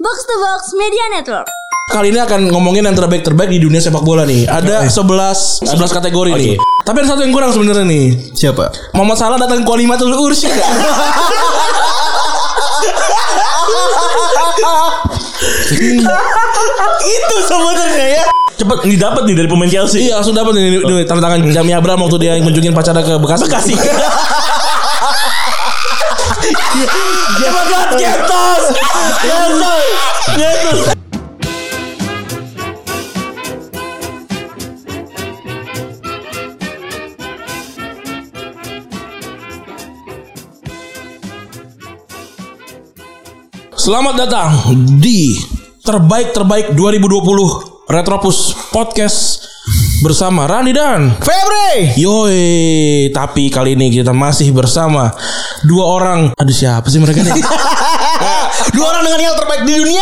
Box to Box Media Network. Kali ini akan ngomongin yang terbaik di dunia sepak bola nih. Ada 11 kategori nih. Tapi ada satu yang kurang sebenarnya nih. Siapa? Muhammad Salah datang ke Qualimatul Ursyid. Itu sebenarnya ya. Cepet didapat nih dari pemain Chelsea. Iya, langsung dapat nih tanda tangan Jamie Abraham waktu dia ngunjungin pacarnya ke Bekasi. Cepat banget Getos. Selamat datang di terbaik 2020 Retropus Podcast bersama Rani dan Febri. Yoi, tapi kali ini kita masih bersama dua orang. Aduh, siapa sih mereka nih? Dua orang dengan yang terbaik di dunia.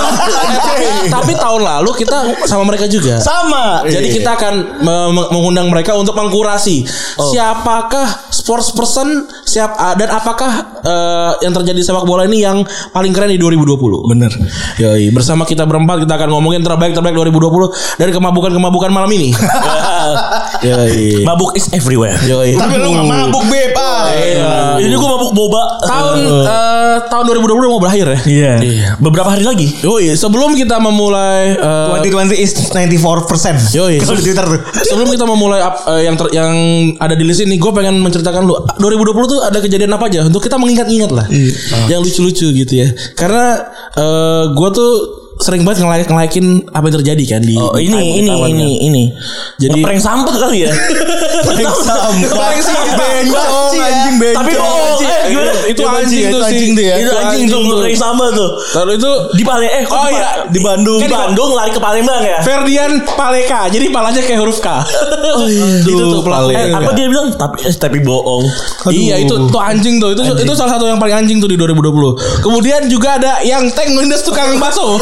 Tapi tahun lalu kita sama mereka juga. Sama. Jadi kita akan mengundang mereka untuk mengkurasi siapakah sports person dan apakah yang terjadi di sepak bola ini yang paling keren di 2020. Bener. Yoi, bersama kita berempat kita akan ngomongin terbaik 2020 dari kemabukan malam ini. Yoi. Mabuk is everywhere. Yoi. Tapi lu gak mabuk Beb. Ini gue mabuk boba. Tahun 2020 mau berakhir ya. Iya. Beberapa hari lagi. Yoi, sebelum kita memulai 2020 is 94%. Yoi. Kalau di Twitter tuh. Sebelum kita memulai yang ada di list ini, gue pengen menceritakan lu 2020 tuh ada kejadian apa aja untuk kita mengingat-ingat lah. Yang lucu-lucu gitu ya. Karena gue tuh sering banget nge-like-in apa yang terjadi kan di ini. Jadi prank sampah kali ya. Prank sampah. Anjing bencong. Tapi bohong. Gimana? Itu anjing tuh sih. Itu anjing tuh prank sampah tuh. Lalu itu Di di Bandung. Di Bandung lari ke Palembang ya. Ferdian Paleka. Jadi palanya kayak huruf K. Itu tuh pelaku. Apa dia bilang? Tapi bohong. Iya, itu tuh anjing tuh. Itu salah satu yang paling anjing tuh di 2020. Kemudian juga ada yang tank ngelindas tukang bakso.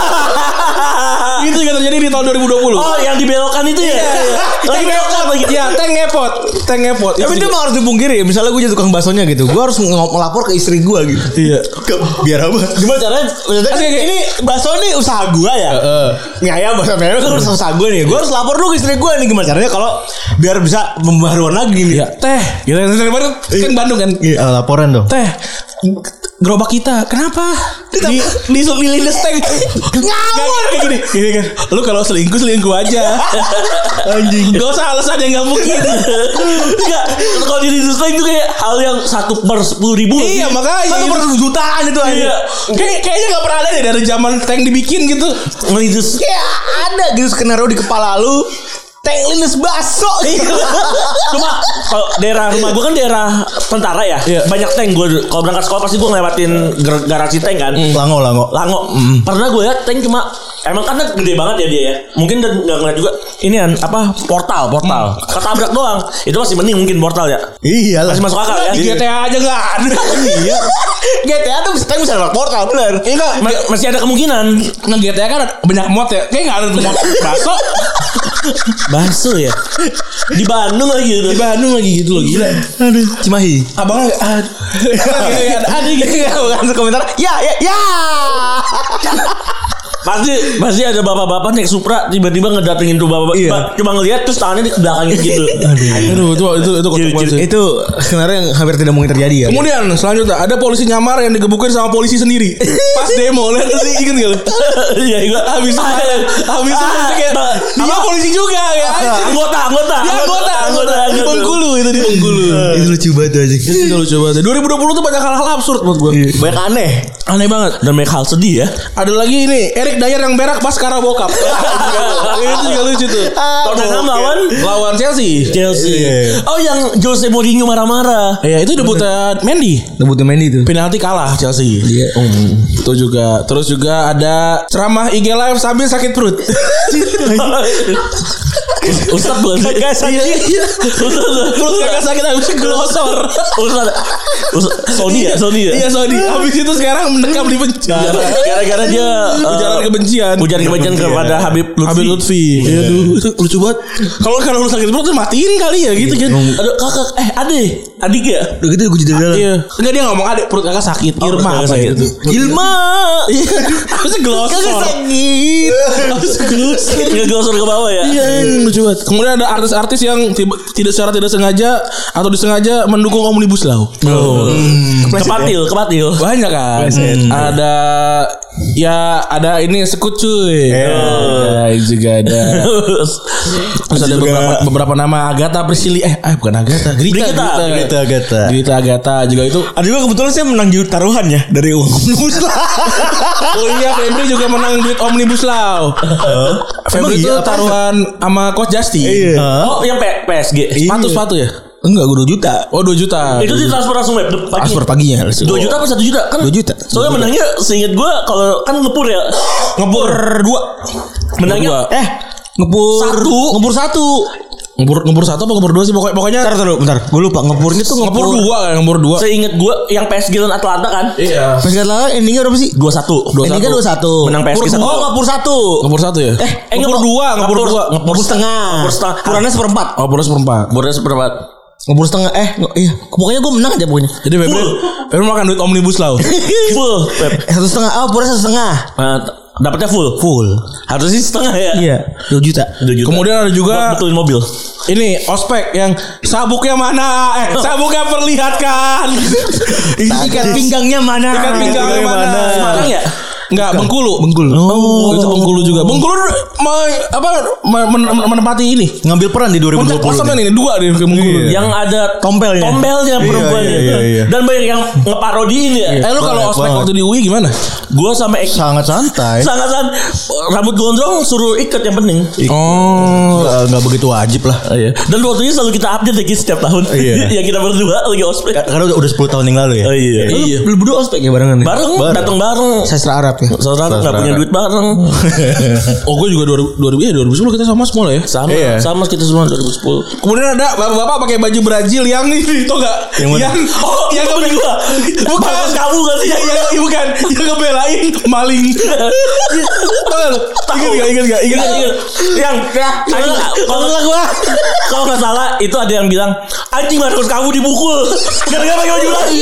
Itu juga terjadi di tahun 2020. Oh, yang dibelokkan itu ya? Tank ngepot lagi. Ya, tank ngepot. Tapi itu mah harus dipungkiri ya. Misalnya gue jadi tukang baksonya gitu, gue harus melapor ke istri gue gitu. Iya. Biar apa? Gimana caranya? Ini bakso nih usaha gue ya. Mie ayam bakso kan usaha gue nih. Gue harus lapor dulu ke istri gue nih. Gimana caranya kalau biar bisa membaharuan lagi nih. Iya. Teh, gitu kan Bandung kan. Iya, laporan dong. Teh, gerobak kita kenapa dilindas tank ngawur kayak gini kan. Lu kalau selingkuh aja anjing, gak usah alasan yang gak mungkin. Enggak, kalau dilindas tank itu kayak hal yang 1/10.000. Iya, makanya 1/1 jutaan itu aja. Kayaknya gak pernah ada deh dari zaman tank dibikin gitu. Ngelindas Kayak ada gitu skenario di kepala lu. Tank lindas bakso. Cuma kalau daerah rumah gue kan daerah tentara ya. Banyak tank. Gue kalau berangkat sekolah pasti gue ngelewatin garasi tank kan. Lango. Pernah gue ya tank cuma emang karena gede banget ya dia ya. Mungkin dan nggak ngeliat juga ini kan apa portal. Ketabrak doang. Itu masih mending mungkin portal ya. Iyalah. Masih masuk akal ya. Di GTA aja nggak ada. Iya. GTA tuh tank bisa lewat portal bener. Iya, Masih ada kemungkinan. Nah, GTA kan banyak mod ya. Kayak nggak ada mod Bakso ya. Di Bandung lagi gitu loh, gila. Aduh, Cimahi. Abang ada gitu Bukan komentar. Ya. Pasti ada bapak-bapak naik Supra tiba-tiba ngedatengin tuh bapak. Iya. Cuma ngelihat terus tangannya di belakangnya gitu. Aduh, itu konsekuensi. Itu skenario yang hampir tidak mungkin terjadi ya. Kemudian selanjutnya ada polisi nyamar yang digebukin sama polisi sendiri pas demo. Lihat tadi inget gak lu? Iya, Habis kayak dia polisi juga ya. Anggota. Di Bengkulu. Itu lucu banget aja. Itu lucu banget. 2020 tuh banyak hal-hal absurd buat gue. Banyak aneh Banget. Dan banyak hal sedih ya. Ada lagi ini Eric Dyer yang berak pas Karabokap. Itu juga lucu tuh. Tottenham lawan Chelsea. Oh, yang Jose Mourinho marah-marah. Iya, itu debutnya Mendy tuh. Penalti kalah Chelsea. Iya. Itu juga. Terus juga ada ceramah IG live sambil sakit perut. Ustaz bukan sih? Kagak sakit. Iya. Perut kagak sakit habis glosor. Sony ya? Iya Sony. Habis itu sekarang mendekam di penjara. Gara-gara dia Ujaran kebencian. ujaran kebencian kepada Habib Lutfi. Iya itu lucu banget. Kalau lu sakit perut tuh matiin kali ya gitu kan. Aduh kakak, adik ya? Udah gitu gue jadi dalam. Iya. Enggak dia ngomong adik perut kakak sakit. Irma apa gitu. Ilma. Iya. Habis glosor. Kagak sakit. Habis glosor. Ngeglosor ke bawah ya? Iya, lucu banget. Kemudian ada artis-artis yang secara tidak sengaja atau disengaja mendukung Omnibus Law. Kepatil. Banyak kan. Ada ini sekut cuy. Juga ada. Terus ada beberapa nama Agatha Priscilla. Bukan Agatha. Grita Agatha juga itu. Ada juga kebetulan saya menang di taruhan ya dari uang Omnibus Law. Oh iya, Febri juga menang duit Omnibus Law. Febri itu taruhan sama Coach Justy. Oh yang PSG. Sepatu ya? Enggak, gue 2 juta. Oh 2 juta. Itu ditransfer langsung web pagi. Transfer paginya. 2 juta apa 1 juta kan? 2 juta. Soalnya menangnya seinget gue kalau kan ngepur ya. Ngebur 2. Menangnya Ngepur 1. Ngebur 1 apa ngebur 2 sih pokoknya. Bentar. Gue lupa ngepurnya tuh Ngebur 2 kan, ngebur 2. seinget gue yang PSG dan Atlanta kan. Iya. Pas kata endingnya berapa sih? 2-1. Endingnya 2-1. Menang PSG 1. Ngepur 1. Ngebur 1 ya? Ngebur 2, ngebur 2. Ngepur setengah. Ukurannya 1/4. Oh, boros seperempat. Bornya seperempat. Ngepur setengah. Iya. Pokoknya gue menang aja pokoknya. Jadi Febri makan duit Omnibus Law. Full. 1,5. Oh, ukurannya 1,5. Dapatnya full. Harusnya setengah ya. Iya. 2 juta. Kemudian ada juga betulin mobil. ini ospek yang sabuknya mana? Sabuknya perlihatkan. Ikat pinggangnya mana? Ikat pinggangnya mana? Semarang ya? Enggak, Bengkulu. Oh, itu Bengkulu juga. Bengkulu menempati ini. Ngambil peran di 2020. Kosong ini 2 di Bengkulu. Yang ada Tompelnya perempuannya. Iya. Dan banyak yang ngeparodiin ya. Lu kalau ospek waktu di UI gimana? Gue sama sangat santai. sangat rambut gondrong suruh ikat yang penting. Oh, Enggak begitu wajib lah. Iya. Dan waktunya selalu kita update lagi setiap tahun. Iya. Yang kita berdua lagi ospek. Karena udah 10 tahun yang lalu ya. Oh iya. Lu berdua ospek ya barengan? Bareng. Datang bareng. Sastra Arab ya. Saudara nggak punya duit bareng. Oh, gue juga 2010 kita sama semua lah ya. Sama kita semua 2010. Kemudian ada bapak-bapak pakai baju Brazil yang ini, tau gak? Yang gua. Bukan Kamu kan sih? Bukan. Yang ngebelain maling. Ingat gak? Yang kalau nggak salah itu ada yang bilang anjing Markus kamu dipukul. Gara-gara pakai baju Brazil.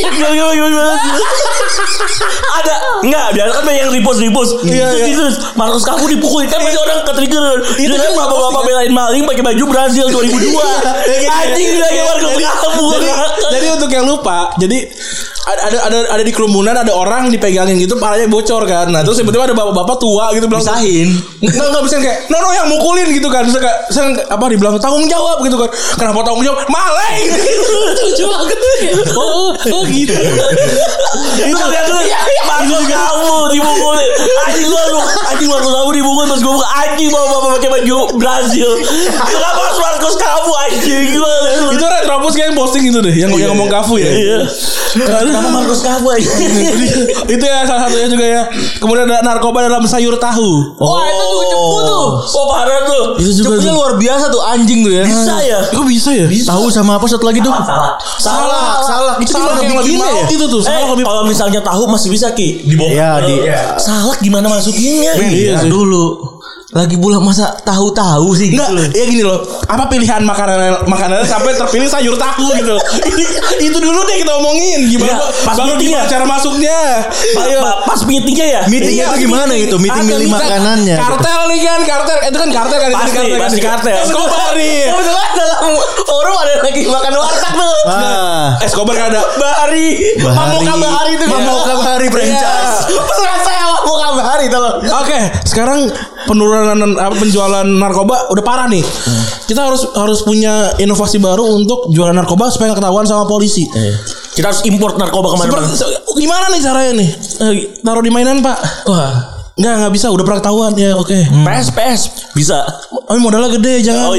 Ada nggak? Biasa kan yang repost. Gitu. Markus kamu dipukul kan masih orang ke-trigger. Itu kan bapak-bapak belain maling pakai baju Brazil 2002. Anjing lagi Markus kamu. Jadi untuk yang lupa, jadi ada di kerumunan ada orang dipegangin gitu palanya bocor kan. Nah, terus tiba-tiba ada bapak-bapak tua gitu bilang Pisahin. Enggak bisa kayak no yang mukulin gitu kan. Terus saya dibilang tanggung jawab gitu kan. Kenapa tanggung jawab? Maling. Lucu banget. Oh gitu. Itu lihat dulu Markus kamu dipukulin. Anjing Markus kamu dipukul terus gue buka anjing bapak-bapak pakai baju Brazil. Kenapa Markus kamu anjing? Itu Retropus kayak yang posting itu deh yang ngomong kafu ya. Iya. Kenapa Markus kamu anjing? Itu ya salah satunya juga ya. Kemudian ada narkoba dalam sayur tahu. Wah itu juga cepu tuh. Oh parah tuh. Itu juga cepetnya luar biasa tuh anjing tuh ya. Bisa ya? Kok bisa ya? Tahu sama apa satu lagi tuh? Salah. Itu salah yang lebih mau itu tuh. Kalau misalnya tahu masih bisa Ki dibongkar. Salak gimana masukinnya? Iya dulu. Lagi pula masa tahu-tahu sih. Enggak, ya gini loh. Apa pilihan makanannya sampai terpilih sayur tahu gitu. Itu dulu deh kita omongin gimana pas meetingnya cara masuknya. Pas meetingnya ya. Meetingnya itu gimana gitu? Meeting milih makanannya. Kartel nih kan, itu kan kartel kan. Pasti kartel. Escobar nih. Kebetulan dalam forum ada lagi makan warteg tuh. Escobar kan ada Bahari. Mamoka Bahari franchise. Pesan saya Mamoka Bahari tolong. Oke, sekarang penurunan penjualan narkoba udah parah nih. Kita harus punya inovasi baru untuk jualan narkoba supaya nggak ketahuan sama polisi. Kita harus import narkoba kemana-mana. Gimana nih caranya nih? Taruh di mainan Pak. Wah. Nggak bisa, udah pernah ketahuan ya, oke. PS bisa. Oh modalnya gede, jangan.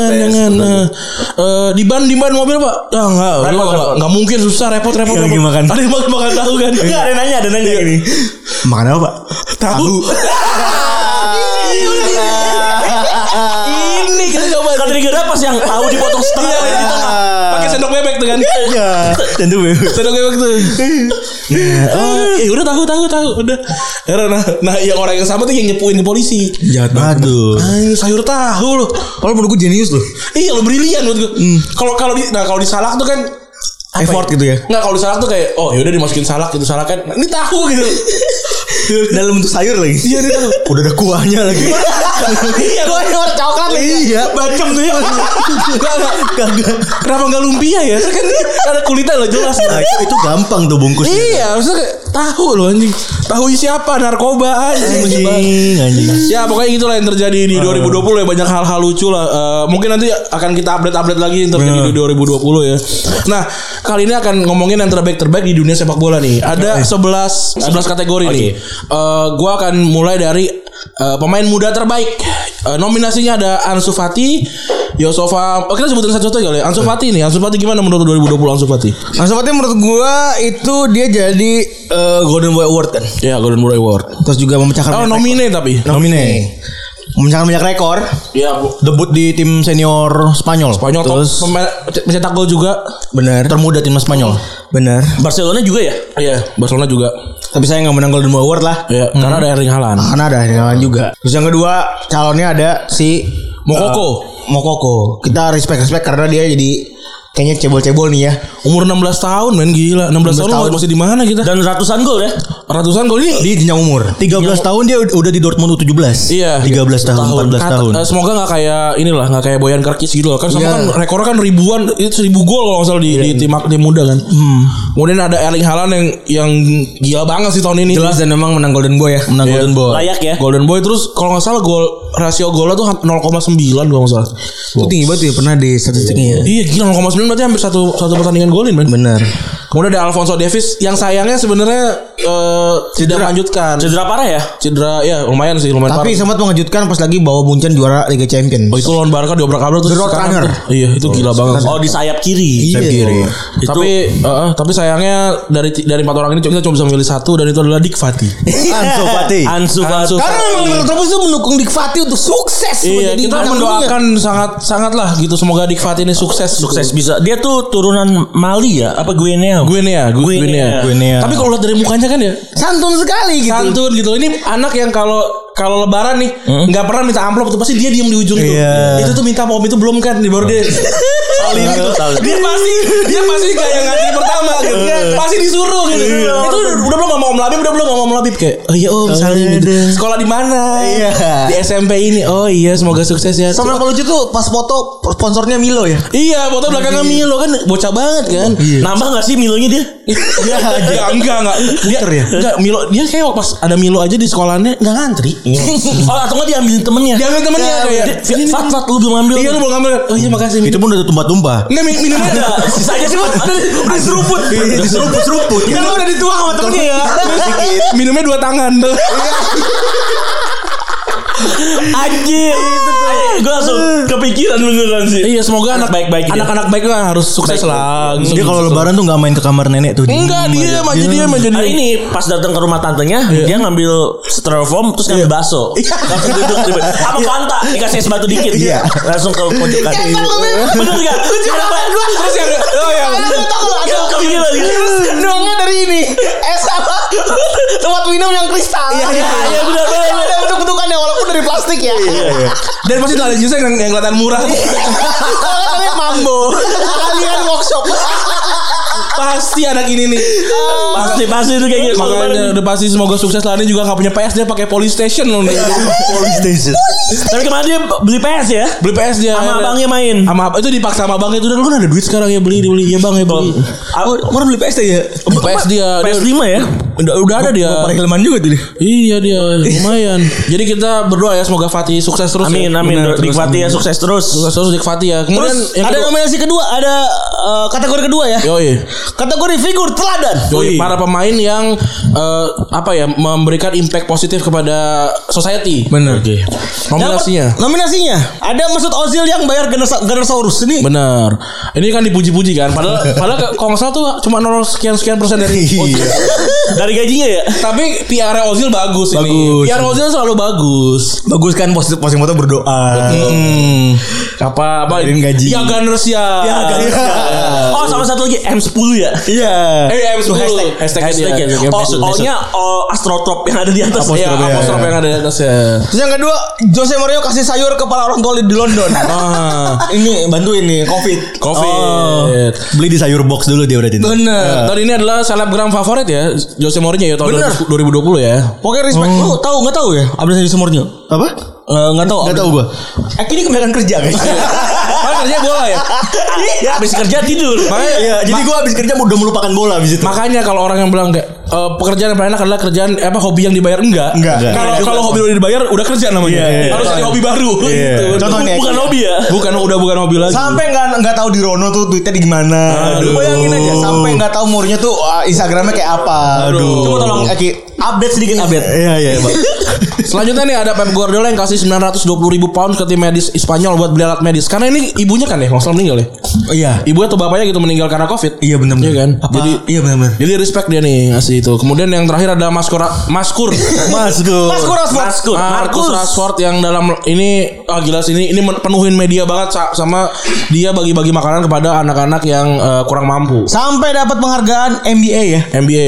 Di ban mobil Pak. Nggak mungkin, susah, repot. Lagi makan. Ada yang makan tahu kan? Nggak, ada nanya ini. Makan apa Pak? Tahu. Ini Ketriggernya pas yang tahu dipotong setengah di tengah. Pakai sendok bebek tuh kan. Iya. Sendok bebek. Sendok bebek tuh. Udah tahu udah. Nah, yang orang yang sama tuh yang nyepuin ke polisi. Jahat banget tuh. Sayur tahu loh. Kalau menurut gue jenius loh. Iya, lo brilian menurut gue. Kalau di salak tuh kan Effort gitu ya. Enggak, kalau di salak tuh kayak yaudah dimasukin salak gitu, salak kan. Ini tahu gitu. Dalam bentuk sayur lagi. Iya, dia tahu. Udah ada kuahnya lagi. Iya, kuahnya warna coklat lagi. Iya. Bacem tuh ya. Kagak. Kenapa enggak lumpia ya? Kan ada kulitnya loh jelas. Nah, itu gampang tuh bungkusnya. Iya, maksudnya kayak tahu loh anjing. Tahu isi apa? Narkoba anjing. Ya, pokoknya gitulah yang terjadi di 2020 ya, banyak hal-hal lucu lah. Mungkin nanti akan kita update lagi yang terjadi di 2020 ya. Nah, kali ini akan ngomongin yang terbaik di dunia sepak bola nih. Ada 11 kategori nih. Gua akan mulai dari pemain muda terbaik. Nominasinya ada Ansu Fati, Yosofa. Kita sebutin satu-satu kali ya. Ansu Fati nih. Ansu Fati gimana menurut 2020 Ansu Fati? Ansu Fati menurut gua itu dia jadi Golden Boy Award kan. Ya, Golden Boy Award. Terus juga memecahkan nomine tapi. Memecahkan banyak rekor. Iya, debut di tim senior Spanyol. Terus mencetak gol juga. Benar. Termuda timnas Spanyol. Benar. Barcelona juga ya? Iya, Barcelona juga. Tapi saya nggak menang Golden Boy Award lah. Iya, karena ada Erling Haaland. Karena ada Erling Haaland juga. Terus yang kedua calonnya ada si Mokoko. Kita respect karena dia jadi kayaknya cebol-cebol nih ya. Umur 16 tahun men, gila. 16 tahun masih di mana kita? Dan ratusan gol ya. Ratusan gol ini di jenjang umur. 13 tahun dia udah di Dortmund U17. Iya. 13 tahun, 14 tahun. Semoga enggak kayak enggak kayak Boyan Kerkis gitu loh. Kan sama kan rekornya kan ribuan, itu 1000 gol kalau enggak salah di tim muda kan. Kemudian ada Erling Haaland yang gila banget sih tahun ini. Jelas dan memang menang Golden Boy ya. Golden Boy. Layak ya. Golden Boy terus kalau enggak salah rasio golnya tuh 0,9 kalau enggak salah. Itu tinggi banget ya, pernah di statistiknya ya. Iya, gila 0,9 berarti hampir satu pertandingan golin men. Benar. Kemudian ada Alphonso Davies yang sayangnya sebenarnya tidak melanjutkan. Cedera parah ya? Cedera ya lumayan parah. Tapi sempat mengejutkan pas lagi bawa Munchen juara Liga Champions. Itu lawan Barca diobrak-abrik terus. The Road Runner. Iya, itu gila banget. Oh, di sayap kiri. Sayap kiri. Tapi sayangnya dari 4 orang ini kita cuma bisa memilih satu dan itu adalah Dick Fati. Ansu Fati. Karena memang terus itu mendukung Dick Fati untuk sukses. Iya, kita mendoakan sangat lah gitu, semoga Dick Fati ini sukses bisa. Dia tuh turunan Mali ya? Apa Guinea. Tapi kalau lihat dari mukanya kan ya santun sekali gitu. Santun gitu. Ini anak yang kalau lebaran nih nggak pernah minta amplop tuh pasti dia diem di ujung itu. Itu tuh minta om itu belum kan, baru dia salim gitu. Dia pasti kayak ngantri pertama gitu. Pasti disuruh gitu. Itu udah belum sama Om Labib kayak iya om salim gitu. Sekolah di mana? Di SMP ini. Oh iya semoga sukses ya. Sama kalau lucu tuh pas foto sponsornya Milo ya. Iya, foto belakangnya Milo kan bocah banget kan. Nambah enggak sih Milonya dia? Enggak. Enggak, Milo dia kayak pas ada Milo aja di sekolahnya enggak ngantri. Atau enggak diambil temennya kayak Fat lu belum ambil. Iya lu belum ambil. Oh iya makasih. Itu pun udah tumpah-tumpah. Enggak minumnya ada. Sisanya sih ada seruput. Seruput. Kan udah dituang sama temennya ya. Minumnya 2 tangan tuh. Anjir. Gue langsung kepikiran beneran sih. Iya, semoga anak-anak baik lah harus sukses lah. Dia kalau lebaran tuh enggak main ke kamar nenek tuh. Enggak, dia maju. Ini pas datang ke rumah tantenya, dia ngambil styrofoam terus ngambil bakso. Langsung duduk sama Fanta, dikasih es batu dikit. Iya. Langsung ke pojokan. Bener enggak? Terus yang kepikiran Doangnya dari ini. Es apa? Tempat minum yang kristal. Iya benar. Ada bentuk-bentukannya walaupun dari plastik ya. Iya. Dan pasti ada jusnya yang kelihatan murah. Kalian mambo. Kalian workshop. Pasti anak ini nih. Pasti itu kayak gitu. Makanya udah pasti semoga sukses lah. Ini juga gak punya PS, dia pakai PlayStation loh. PlayStation. Tapi kemarin dia beli PS ya? Beli PS dia. Sama abangnya main. Itu dipaksa sama abangnya itu. Udah lu kan ada duit sekarang ya beli. Ya bang ya beli. Kemarin beli PS ya? PS dia. PS5 ya? Udah ada dia. Pakai helman juga tuh. Iya dia lumayan. Jadi kita berdoa ya semoga Fatih sukses terus. Amin. Dik Fatih ya sukses terus. Sukses terus Dik Fatih ya. Kemudian ada nominasi kedua, ada kategori kedua ya. Yoi. Kategori figur teladan. Yoi. Para pemain yang memberikan impact positif kepada society. Benar. Oke. Nominasinya ada Mesut Ozil yang bayar Gunnersaurus ini. Benar. Ini kan dipuji-puji kan. Padahal kalau nggak salah tuh cuma 0 sekian persen dari Ozil. Dari Dari gajinya ya. Tapi PR Ozil bagus ini. Bagus. PR Ozil selalu bagus. Bagus kan posting foto berdoa. Apa Bayarin gaji. Ya Gunners ya. Oh sama satu lagi M10 ya. Iya. M10 hashtag dia. O-nya Astrotrop yang ada di atas. Iya, apostrop yang ada di atas ya. Terus yang kedua, Jose Mourinho kasih sayur ke para orang tua di London. Ini bantuin nih COVID. Beli di sayur box dulu dia berarti. Bener. Tadi ini adalah selebgram favorit ya Jose Mourinho ya tahun 2020 ya. Pokoknya respect. Lu tahu enggak tahu ya? Abis Jose Mourinho. Apa? Enggak tahu gua. Ini kebanyakan kerja guys. Kan kerja bola ya. Iya. Habis kerja tidur. Iya, jadi gua habis kerja udah melupakan bola habis itu. Makanya kalau orang yang bilang kayak pekerjaan yang paling enak adalah kerjaan hobi yang dibayar enggak. Kalau hobi udah dibayar udah kerja namanya. Harus jadi hobi baru gitu. Contohnya bukan hobi ya. Bukan hobi lagi. Sampai enggak tahu di Rono tuh tweetnya di gimana. Lu bayangin aja sampai enggak tahu Mourinho tuh Instagramnya kayak apa. Coba tolong Eki update sedikit update. Iya, Pak. Selanjutnya nih ada Pep Guardiola yang kasih 920.000 pound ke tim medis Spanyol buat beli alat medis. Karena ini ibunya kan ya masalah meninggal ya. Iya. Ibu atau bapaknya gitu meninggal karena COVID. Iya benar. Iya kan? Jadi iya benar. Jadi respect dia nih ngasih itu. Kemudian yang terakhir ada Marcus Rashford yang dalam ini gila sih ini penuhin media banget sama dia bagi-bagi makanan kepada anak-anak yang kurang mampu. Sampai dapat penghargaan MBA ya.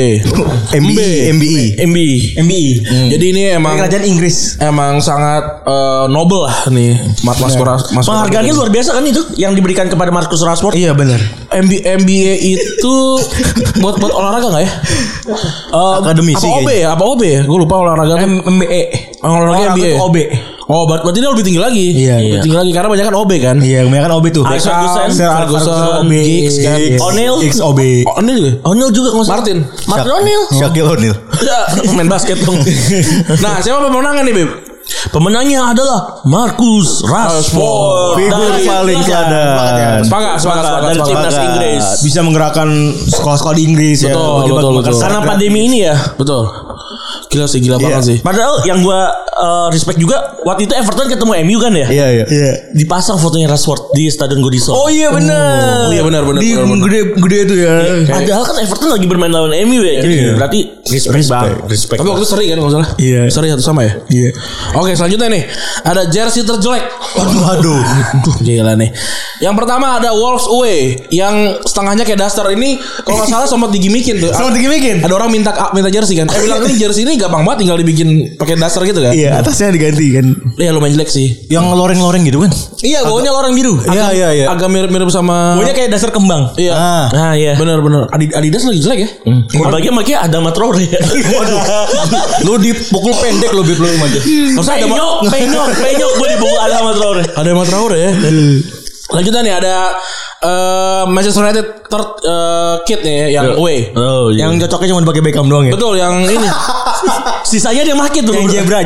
MBE. Jadi ini emang kerajaan Inggris. Emang sangat noble lah nih Marcus. Penghargaannya luar biasa kan itu yang diberikan kepada Marcus Rashford. Iya benar. MBA itu buat olahraga nggak ya? Akademisi. Apa OB ya? Gue lupa olahraga. MBA. Olahraga MBA. OB. Oh, berarti dia lebih tinggi lagi. Iya. Lebih tinggi lagi karena banyak kan OB kan. Iya, banyak kan OB tuh. Ferguson, Giggs kan. O'Neal. OB. O'Neal juga nggak usah. Martin O'Neal. Shaquille O'Neal. Main basket dong. Nah, siapa pemenangnya nih, Beb? Pemenangnya adalah Marcus Rashford. Figur paling teladan. Sepakat dari timnas Inggris. Bisa menggerakkan sekolah-sekolah di Inggris. Betul. Karena pandemi ini ya. Betul. Gila banget sih. Padahal yang gue respect juga waktu itu Everton ketemu MU kan ya. Iya. Dipasang fotonya Rashford di Stadion Goodison. Oh iya benar. Iya benar. Di gede itu ya. Padahal kan Everton lagi bermain lawan MU ya. Jadi berarti respect. Tapi waktu itu seri kan enggak salah. Iya. Seri satu sama ya. Iya. Oke, selanjutnya nih ada jersey terjelek. Waduh. Gila nih. Yang pertama ada Wolves away yang setengahnya kayak daster ini kalau enggak salah sempat digimikin tuh. Ada orang minta jersey kan. Bilang ini jersey ini gampang banget tinggal dibikin pakai daster gitu kan. Iya, atasnya diganti kan. Iya, lumayan jelek sih. Yang loreng-loreng gitu kan. Iya, baunya loreng biru. Iya. Agak mirip sama baunya kayak daster kembang. Iya. Nah, iya. Benar. Adidas lagi jelek ya. Bagian makanya ada Matraore. Waduh. Lu dipukul pendek lu aja. Masa ada penyok gue dipukul ada Matraore. Ada Matraore ya. Lanjutnya nih ada Manchester United kit nih yang away. Oh, iya. Yang cocoknya cuma pakai Beckham doang ya. Betul, yang ini. Sisanya dia make tuh. Yang zebra.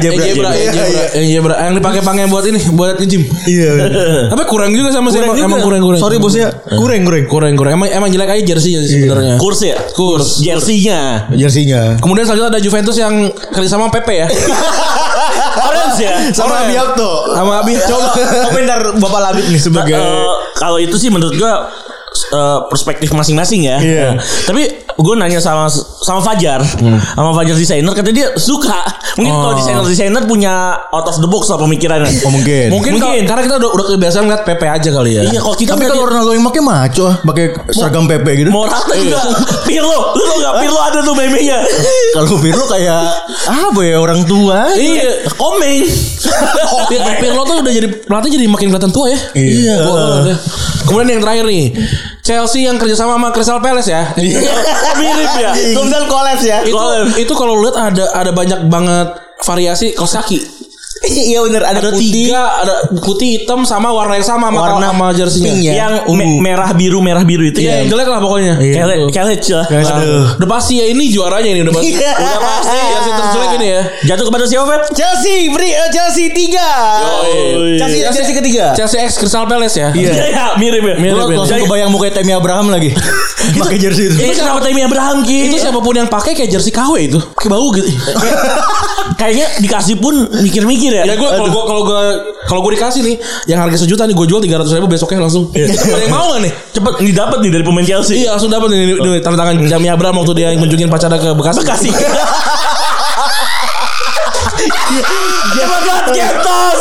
Yang dipakai buat ini, buat nge-gym. Iya. Tapi kurang juga sama sih emang kurang. Sorry bosnya, kurang. Emang jelek aja jersey sebenarnya. Kurs jersey-nya. Kemudian selanjutnya ada Juventus yang kerjasama Pepe ya. Orange ya. Sama Abiabto. Coba komentar Bapak Labib nih sebagai kalau itu sih menurut gua perspektif masing-masing ya. Iya. Tapi gue nanya sama Fajar, sama Fajar desainer, katanya dia suka. Mungkin kalau desainer punya out of the box lah pemikirannya. Oh mungkin. Karena kita udah kebiasaan ngeliat Pepe aja kali ya. Iya, kalau kita tapi kalau Ronaldo yang pakai maco pakai seragam Pepe gitu. Morata juga. Pirlo, lu tau gak Pirlo ada tuh meme-nya. Kalau Pirlo kayak apa ya orang tua? Iya, komeng. Pirlo tuh udah jadi pelatih jadi makin kelihatan tua ya. Iya. Kemudian yang terakhir nih, Chelsea yang kerjasama sama Crystal Palace ya. Mirip ya. Kemudian kolaps ya. Itu kalau lu lihat ada banyak banget variasi kaos kaki. Iya benar, ada putih, ada putih hitam sama warna yang sama sama jersey-nya. Yang merah biru itu. Iya, jelek lah pokoknya. Kelec lah. Udah pasti ya ini juaranya ini udah pasti. Udah pasti jersey terjelek ini ya. Jatuh kepada siapa, Feb? Chelsea 3. Chelsea ketiga. Chelsea X Crystal Palace ya. Iya, mirip ya. Langsung kebayang muka Tammy Abraham lagi. Pakai jersey itu. Ini kenapa Tammy Abraham gitu? Itu siapapun yang pakai kayak jersey KW itu. Kayak bau gitu. Kayaknya dikasih pun mikir-mikir ya. Ya gue kalau gue dikasih nih yang harga sejuta nih gue jual 300.000 besoknya langsung. Ada yang mau gak nih? Cepet didapat nih dari pemain Chelsea. Iya langsung dapat nih tanda tangan Jamie Abraham waktu dia ngunjungin pacarnya ke Bekasi. Cepat banget Gentos.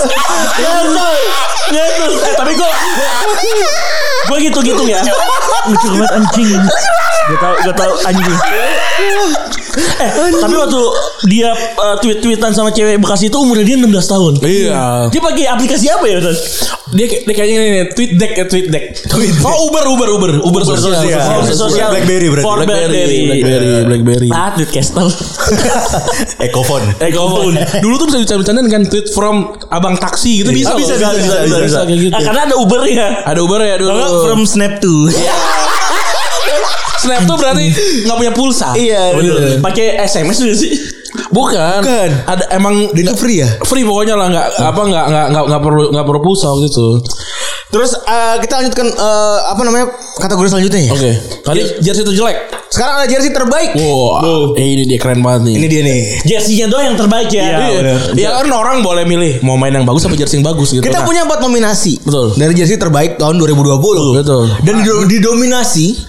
Tapi gue gitu ya. Lucu banget anjing. Gak tau anjing. Tapi waktu dia tweet-tweetan sama cewek Bekasi itu umurnya dia 16 tahun. Iya. Dia pakai aplikasi apa ya? Dia kayaknya ini tweet deck. Oh Uber sosial. BlackBerry berarti. Blackberry. Tweet Castle. Ecophone. Dulu tuh bisa dicanda-candain kan tweet from abang taksi gitu bisa. Bisa kayak gitu. Karena ada Uber ya. Ada Uber ya dulu. Kalau from Snap to. Snap tuh berarti nggak punya pulsa. Iya Betul. Pakai SMS juga sih. Bukan. Ada emang itu free ya? Free pokoknya lah nggak perlu pulsa waktu itu. Terus kita lanjutkan kategori selanjutnya ya. Oke. Tadi jersey itu jelek. Sekarang ada jersey terbaik. Wow. Ini dia keren banget nih. Ini dia nih. Jersey-nya doang yang terbaik ya. Iya kan orang boleh milih mau main yang bagus apa jersey yang bagus gitu. Kita punya 4 nominasi. Betul. Dari jersey terbaik tahun 2020. Betul. Dan didominasi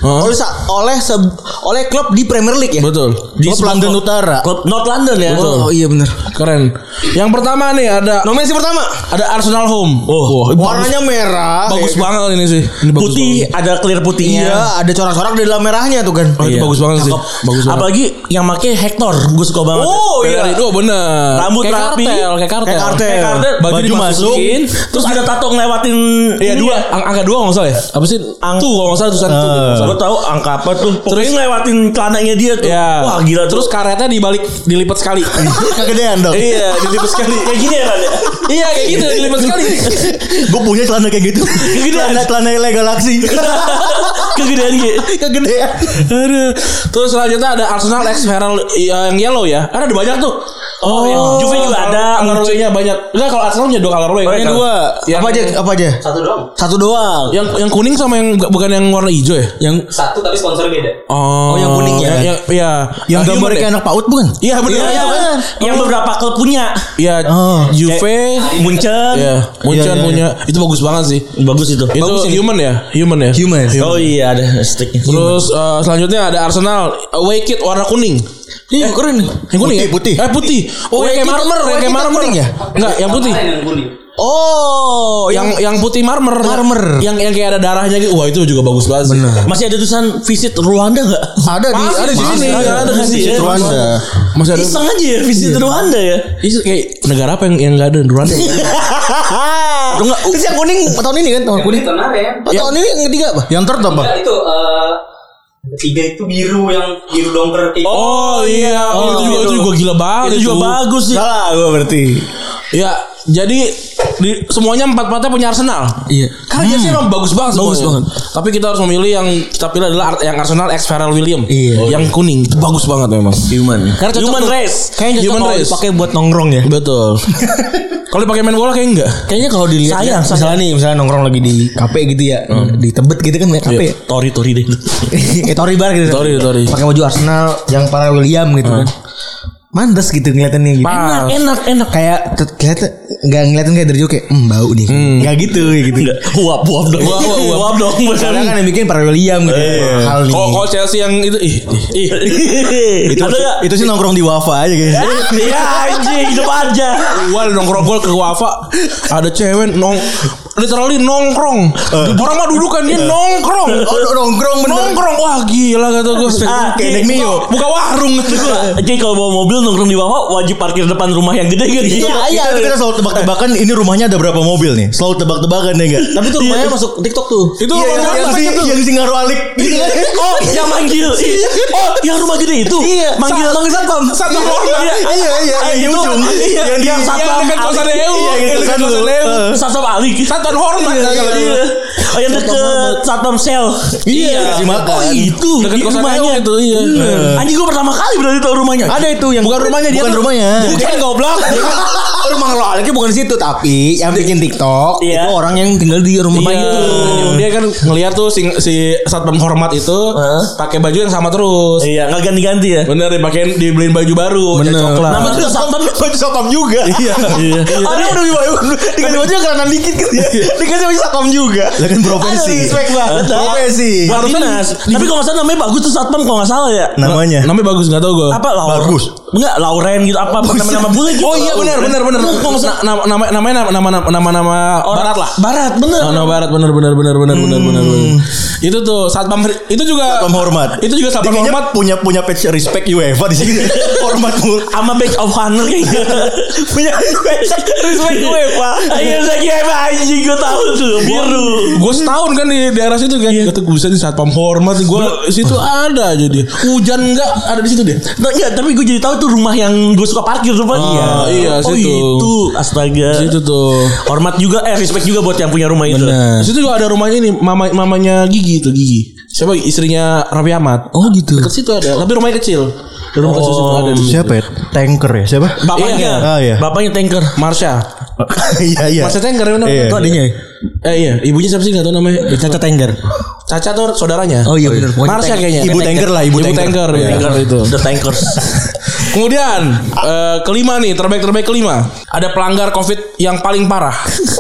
oleh klub di Premier League ya. Betul. Di London Utara. Klub North London ya. Betul. Oh iya benar. Keren. Yang pertama nih ada nominasi pertama ada Arsenal home. Warnanya merah. Bagus banget ini sih. Ini bagus Putih, banget. ada clear putihnya. Iya, ada corak-corak di dalam merahnya tuh kan. Oh, itu bagus banget sih. Bagus banget. Apalagi yang make Hector, gue suka banget. Oh iya, itu bener. Rambut kayak rapi, kayak kartel. Baju dimasukin, terus ada tato ngelewatin. Iya 2, angka 2 nggak salah ya? Apa sih? Tuh kalau nggak salah tulisan tuh. Gue tahu angka apa tuh. Terus ngelewatin celananya dia tuh. Ya. Wah gila. Terus karetnya dilipat sekali. Kegedean dong. Iya, dilipat sekali. Kayak gini ya kan? Iya kayak gitu, dilipat sekali. Gue punya celana kayak gitu. Celana Galaxy. Kegedean gitu. Kegedean. Aduh. Terus selanjutnya ada Arsenal X Herald yang yellow ya. Kan ada banyak tuh. Oh, Juve juga ada. Colorway-nya banyak. Enggak, kalau Arsenal punya 2 colorway. Yang 2. Apa aja? Satu doang. Yang kuning sama yang bukan yang warna hijau ya? Yang satu tapi sponsor beda. Oh, yang kuning ya. Iya. Yang gambarnya kayak anak PAUD bukan? Iya benar. Iya, yang beberapa klub punya. Iya, Juve, Munchen. Iya, Munchen punya. Itu bagus banget sih. Bagus itu. Itu human ya? Human. Oh iya ada sticknya. Terus selanjutnya ada Arsenal away kit warna kuning. Iya, keren. Yang kuning putih. Putih. Oh, yang kayak marmer, kuning ya? Enggak, yang putih. Yang kuning. Oh, yang putih marmer. Yang kayak ada darahnya gitu. Wah, itu juga bagus banget sih. Bener. Masih ada tulisan visit Rwanda enggak? Ada di sini. Ada di sini. Rwanda. Masih ada. Iseng aja ya visit Rwanda ya. Itu kayak negara apa yang enggak ada Rwanda? Enggak. Terus yang kuning tahun ini kan? Tahun kuning. Kemarin. Tahun ini yang ketiga apa? Yang third apa? Enggak, itu ketiga itu biru yang biru dongker kayak Oh iya, itu juga gila banget. Itu juga bagus sih. Salah gue berarti. Ya, jadi semuanya 4-4-nya punya Arsenal. Iya. Karena jersey emang bagus banget. Tapi kita harus memilih yang kita pilih adalah yang Arsenal X Pharrell Williams. Iya. Yang kuning itu bagus banget memang. Karena cocok Human race. Kayaknya Human cocok race. pakai buat nongkrong ya. Betul. Kalau dipakai main bola kayak enggak. Kayaknya kalau dilihat Sayang. misalnya nongkrong lagi di kafe gitu ya, di Tebet gitu kan kafe. Tori deh. Tori bar gitu. Tori. Pakai baju Arsenal yang Pharrell Williams gitu kan. Mantes gitu ngeliatannya gitu. Enak. Kayak kelihatan enggak ngeliatin kayak dari jauh kayak bau deh. Enggak gitu gitu. Uap dong. Uap dong. Karena kan yang bikin Pharrell Williams gitu. Hal nih. Kalau Chelsea yang itu Itu sih nongkrong di Wafa aja guys. Iya anjing hidup aja. Wah nongkrong gol ke Wafa. Ada cewek literally nongkrong. Orang mah dudukan dia nongkrong. Nongkrong bener. Nongkrong. Wah gila kata gue. Kayak Nek Mio. Buka warung gitu gue. Jadi kalau bawa mobil nongkrong di bawah wajib parkir depan rumah yang gede kan. Iya. Kita selalu tebak-tebakan ini rumahnya ada berapa mobil nih. Selalu tebak-tebakan ya enggak? Tapi tuh rumahnya masuk TikTok tuh. Itu yang Singaru Alik gitu kan. Oh, yang manggil. Oh, yang rumah gede itu. Iya. Manggil satpam. Satpam hormat. Iya. Yang satpam dekat kosan Dew. Dekat kosan Dew. Satpam Alik. Satpam hormat. Oh, yang deket satpam sel. Iya. Oh, itu Dekat kosan Dew rumahnya itu iya. Anjing gue pertama kali berarti tahu rumahnya. Ada itu yang bukan rumahnya dia. Bukan rumahnya. Bukan goblok. rumah lo Aleknya bukan di situ, tapi yang bikin TikTok itu orang yang tinggal di rumah itu. Dia kan ngeliat tuh si satpam hormat itu pakai baju yang sama terus. Iya, enggak ganti-ganti ya. Bener, dibeliin baju baru, coklat. Nama itu satpam Baju satpam juga. Iya. Ada udah dikasih baju kerenan dikit gitu ya. Dikasih baju satpam juga. Lah kan profesi. Respect banget. Profesi. Dinas. Tapi kalau nggak salah namanya bagus tuh satpam kalau nggak salah ya. Namanya bagus, nggak tahu gue. Apa bagus? Enggak, Lauren gitu apa nama bule gitu. Oh iya benar. Nama barat lah. Barat bener. Nama barat bener. Itu tuh satpam itu juga satpam hormat. Itu juga satpam hormat punya page respect UEFA di sini. Hormat sama badge of honor kayaknya. punya respect UEFA. Ayo lagi anjing gue tahu tuh biru. Gue setahun kan di daerah situ kan. Kata gue bisa di satpam hormat. Gue situ ada aja dia. Hujan enggak ada di situ dia. Nah, ya, tapi gue jadi tahu tuh rumah yang gue suka parkir rupanya. Iya, situ. Itu astaga. Situ tuh. Hormat juga respect juga buat yang punya rumah itu. Situ juga ada rumahnya ini mamanya Gigi tuh Gigi. Siapa istrinya Raffi Ahmad. Oh gitu. Dekat situ ada, tapi rumahnya kecil. Rumah kecil situ ada. Siapa ya? Tanker ya? Siapa? Bapaknya. Iya. Bapaknya tanker. Marsha. Iya. Marsha Tanker benar. Itu adanya. Iya, ibunya siapa sih enggak tahu namanya. Caca Tanker. Caca tuh saudaranya. Oh iya benar. Marsha kayaknya. Ibu Tanker lah, ibu Tanker. Tanker itu. The Tankers. Kemudian kelima nih, terbaik kelima. Ada pelanggar Covid yang paling parah.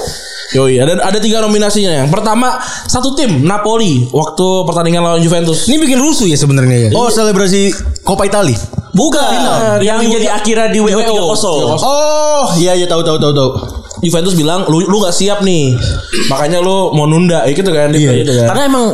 Yoi, ada 3 nominasinya. Yang pertama, satu tim Napoli waktu pertandingan lawan Juventus. Ini bikin rusuh ya sebenarnya ya. Oh, selebrasi Coppa Italia. Bukan. Yang jadi akhirnya di WO 3-0. Oh, iya tahu. Juventus bilang lu gak siap nih. Makanya lu mau nunda gitu kan. Gitu kan. Karena emang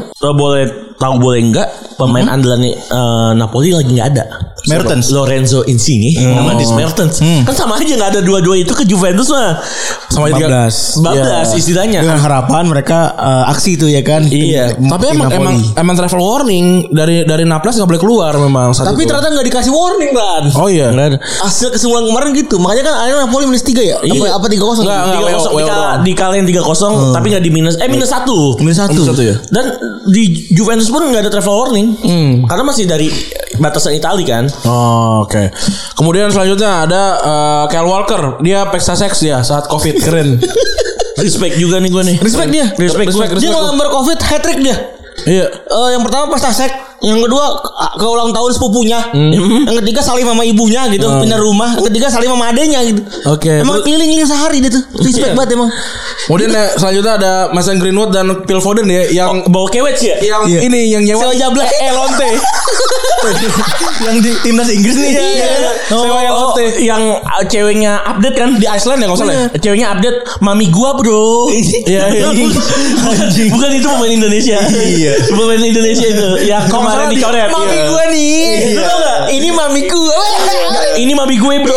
boleh enggak pemain andalannya Napoli lagi enggak ada. Mertens, Lorenzo Insigne sama Dries Mertens. Kan sama aja enggak ada dua-dua itu ke Juventus mah. Sama 14 istilahnya. Dengan harapan mereka aksi itu ya kan. Iya. Tapi emang travel warning dari Naples enggak boleh keluar memang saat tapi itu. ternyata enggak dikasih warning kan. Oh iya. Hasil kesimpulan kemarin gitu. Makanya kan akhirnya Napoli minus 3 ya. Apa 3-0? Enggak, dikalahin 3-0 tapi enggak di minus minus 1. Minus 1 ya. Dan di Juventus pun enggak ada travel warning. Karena masih dari batasan Italia kan. Oh, oke. Kemudian selanjutnya ada Kyle Walker. Dia pesta seks dia saat Covid. Keren. Respect juga nih gue nih. Respect dia. Dia ngelamar Covid hat trick dia. Iya. Yang pertama pesta seks. Yang kedua ke ulang tahun sepupunya. Yang ketiga salim sama ibunya gitu, pindah rumah. Yang ketiga salim sama adenya gitu. Oke. Emang keliling sehari dia tuh. Respect banget emang. Kemudian selanjutnya ada Mason Greenwood dan Phil Foden ya yang bawa kewet sih ya. Yang ini yang nyewa sewa Jablay Elonte. Yang di timnas Inggris nih. Sewa Elonte yang ceweknya update kan di Iceland ya enggak salah. Ceweknya update mami gua, Bro. Iya. Bukan itu pemain Indonesia. Iya. Pemain Indonesia itu. Ya kemarin dicoret. Mami gua nih. Ini mami gua. Ini mami gue, Bro.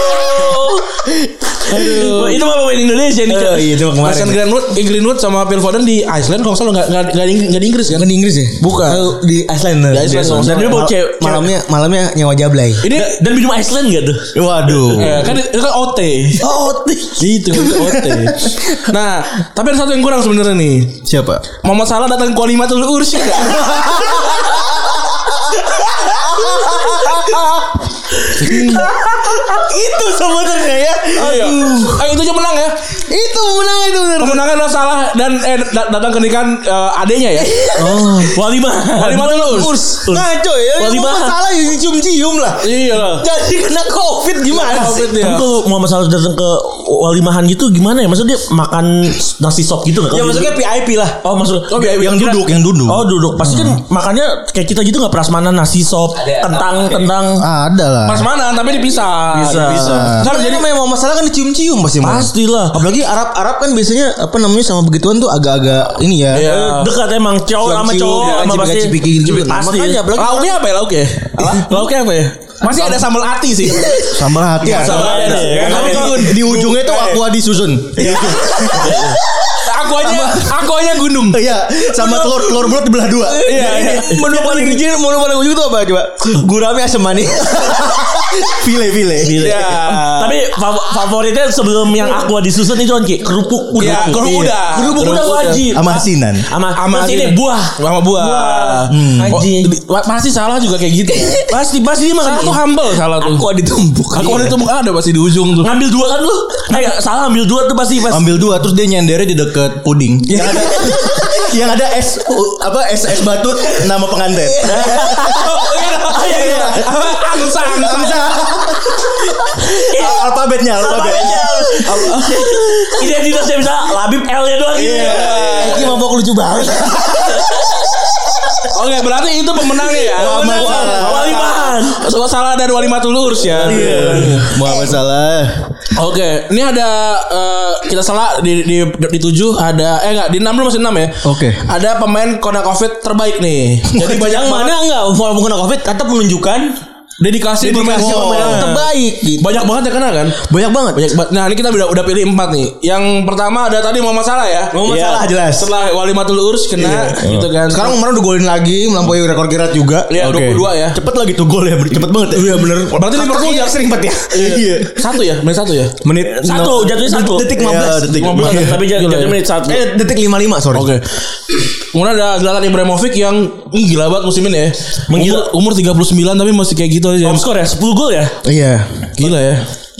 Aduh. Itu mah pemain Indonesia nih. Itu kemarin. Mason Greenwood sama Phil Foden di Iceland kalau salah enggak di Inggris kan? Di Inggris ya? Bukan. Di Iceland. Di Iceland. Dan dia bawa malamnya nyewa Jablay. Ini dan minum Iceland enggak tuh? Waduh. Kan itu kan OT. Oh, Itu OT. Nah, tapi ada satu yang kurang sebenarnya nih. siapa? Muhammad Salah datang ke lima tuh urus ya. Itu sebenarnya ya. Aduh. Itu aja menang ya. Itu menang itu benar. Kemenangan adalah Salah dan datang ke nikahan adenya ya. Oh, Walimah tuh urs. ngaco ya. Walimah. Salah ya cium-cium lah. Iya lah. Jadi kena Covid gimana sih? Covid ya. Tapi kalau Muhammad Salah datang ke walimahan gitu gimana ya? Maksudnya dia makan nasi sop gitu enggak? Ya maksudnya VIP lah. Oh maksud yang duduk. Oh duduk. Pasti kan makannya kayak kita gitu enggak prasmanan nasi sop, kentang. Ada lah. Prasmanan tapi dipisah. Bisa. Kan jadi memang masalah kan dicium-cium pasti. Pastilah. Apalagi Arab kan biasanya apa namanya sama begituan tuh agak-agak ini ya. Iya. Dekat emang cowok sama cowok sama pasti. Gitu. Pasti. Makanya apalagi Lauknya apa ya lauknya? Lauknya apa ya? Masih ada sambal ati sih. sambal hati. Sambal hati. Tapi di ujungnya tuh aqua disusun. Aku aja gundung. Iya, sama telur bulat dibelah dua. Iya. Menu paling ujung tuh apa coba? Gurame asam manis. File. Ya. Tapi favoritnya sebelum yang aqua disusun itu kan Ki, kerupuk udah. Ya, kerupuk udah. Kerupuk udah wajib. Sama asinan. Sama ini buah. Sama buah. Anjing. Pasti salah juga kayak gitu. Pasti dia makan tuh humble salah tuh. Aqua ditumpuk. Aqua ditumpuk ada pasti di ujung tuh. Ngambil 2 kan lu? Salah ambil 2 tuh pasti pas. Ambil 2 terus dia nyendernya di deket puding. Yang ada es batu nama pengantin. Angsa. Alfabetnya. Identitasnya bisa Labib L-nya doang gitu. Ini mabok lucu banget. Oke, berarti itu pemenangnya ya. Waliman. Salah dan Walimatul Urs ya. Muhammad Salah. Oke, ini ada kita salah di 7 ada enggak di 6 dulu masih 6 ya. Oke. Ada pemain kena Covid terbaik nih. Jadi banyak Yang mana enggak walaupun kena Covid tetap menunjukkan dedikasi pemain terbaik gitu. Banyak banget ya kena kan? Banyak banget. Nah, ini kita udah pilih 4 nih. Yang pertama ada tadi Muhammad Salah ya. Muhammad Salah jelas. Setelah Walimatul Urs kena gitu kan. Sekarang kemarin udah golin lagi melampaui rekor Giroud juga. Iya, 22 ya. Cepet lagi tuh gol ya. Cepet banget ya. Iya bener. Berarti Liverpool sering banget ya. Iya. 1 ya? Menit 1 ya? Menit 1 jatuhnya 1. Detik 15. Detik 15. Tapi jatuhnya menit 1. Detik 55 sorry. Oke. Kemudian ada Zlatan Ibrahimovic yang gila banget musim ini ya. Umur 39 tapi masih kayak gitu aja. Top score ya 10 gol ya. Iya. Gila ya.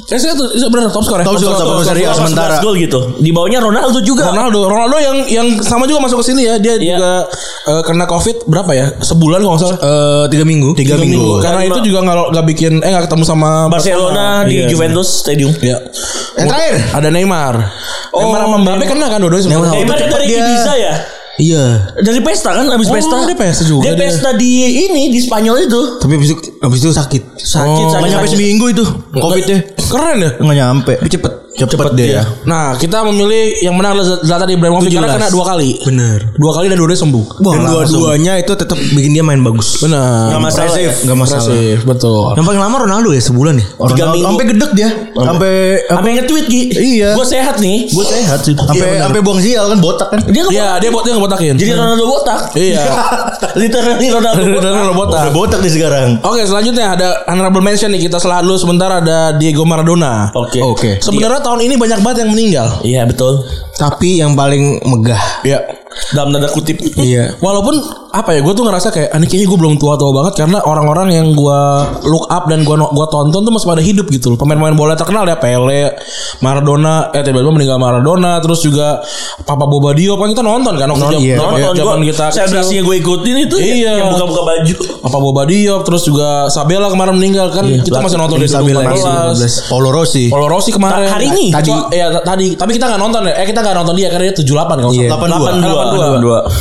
Itu benar top score ya. Top score seri A sementara. 11 gol gitu. Di bawahnya Ronaldo juga. Ronaldo yang sama juga masuk ke sini ya. Dia juga kena Covid berapa ya? Sebulan kalau enggak salah. 3 minggu. 3 minggu. Karena itu juga enggak bikin enggak ketemu sama Barcelona di Juventus Stadium. Iya. Yang terakhir ada Neymar. Neymar sama Mbappe kena kan dua-duanya sebenarnya. Neymar dari Ibiza ya. Iya. Dari pesta kan abis pesta. Dia pesta juga. Dia pesta di Spanyol itu. Tapi abis itu sakit. Sakit. Nyampe seminggu itu Covid-nya. Keren ya. Nggak nyampe. Cepet dia. Nah, kita memilih yang menang adalah Zlatan Ibrahimovic karena kena 2 kali. Bener. 2 kali dan 2-nya sembuh. Dan dua-duanya itu tetap bikin dia main bagus. Benar. Nggak masalah. Nggak masalah. Betul. Yang paling lama Ronaldo ya sebulan ya. 3 minggu. Sampai gedek dia. Sampai nge-tweet Gi. Iya. Gue sehat nih. gue sehat sih. Sampai buang sial kan botak kan. Dia ngebotakin. Jadi Ronaldo botak. Iya. Literally Ronaldo botak. Udah botak nih sekarang. Oke, selanjutnya ada honorable mention nih. Kita selah dulu sebentar ada Diego Maradona. Oke. Sebenarnya tahun ini banyak banget yang meninggal. Iya betul. Tapi yang paling megah. Iya. Dalam tanda kutip. Iya. Walaupun apa ya, gue tuh ngerasa kayak kayaknya gue belum tua-tua banget karena orang-orang yang gue look up dan gue tonton tuh masih pada hidup gitu loh. Pemain-pemain bola terkenal ya Pele, Maradona, tiba-tiba meninggal Maradona, terus juga Papa Boba Diop kan kita nonton kan waktu zaman kita selebrasinya gue ikutin itu. Iya. Yang buka-buka baju. Papa Boba Diop, terus juga Sabella kemarin meninggal kan kita masih nonton di Sabella 2014. Paulo Rossi kemarin. Hari ini. Tadi. Tapi kita nggak nonton ya. Kita nggak nonton dia karena dia 78 kalau salah.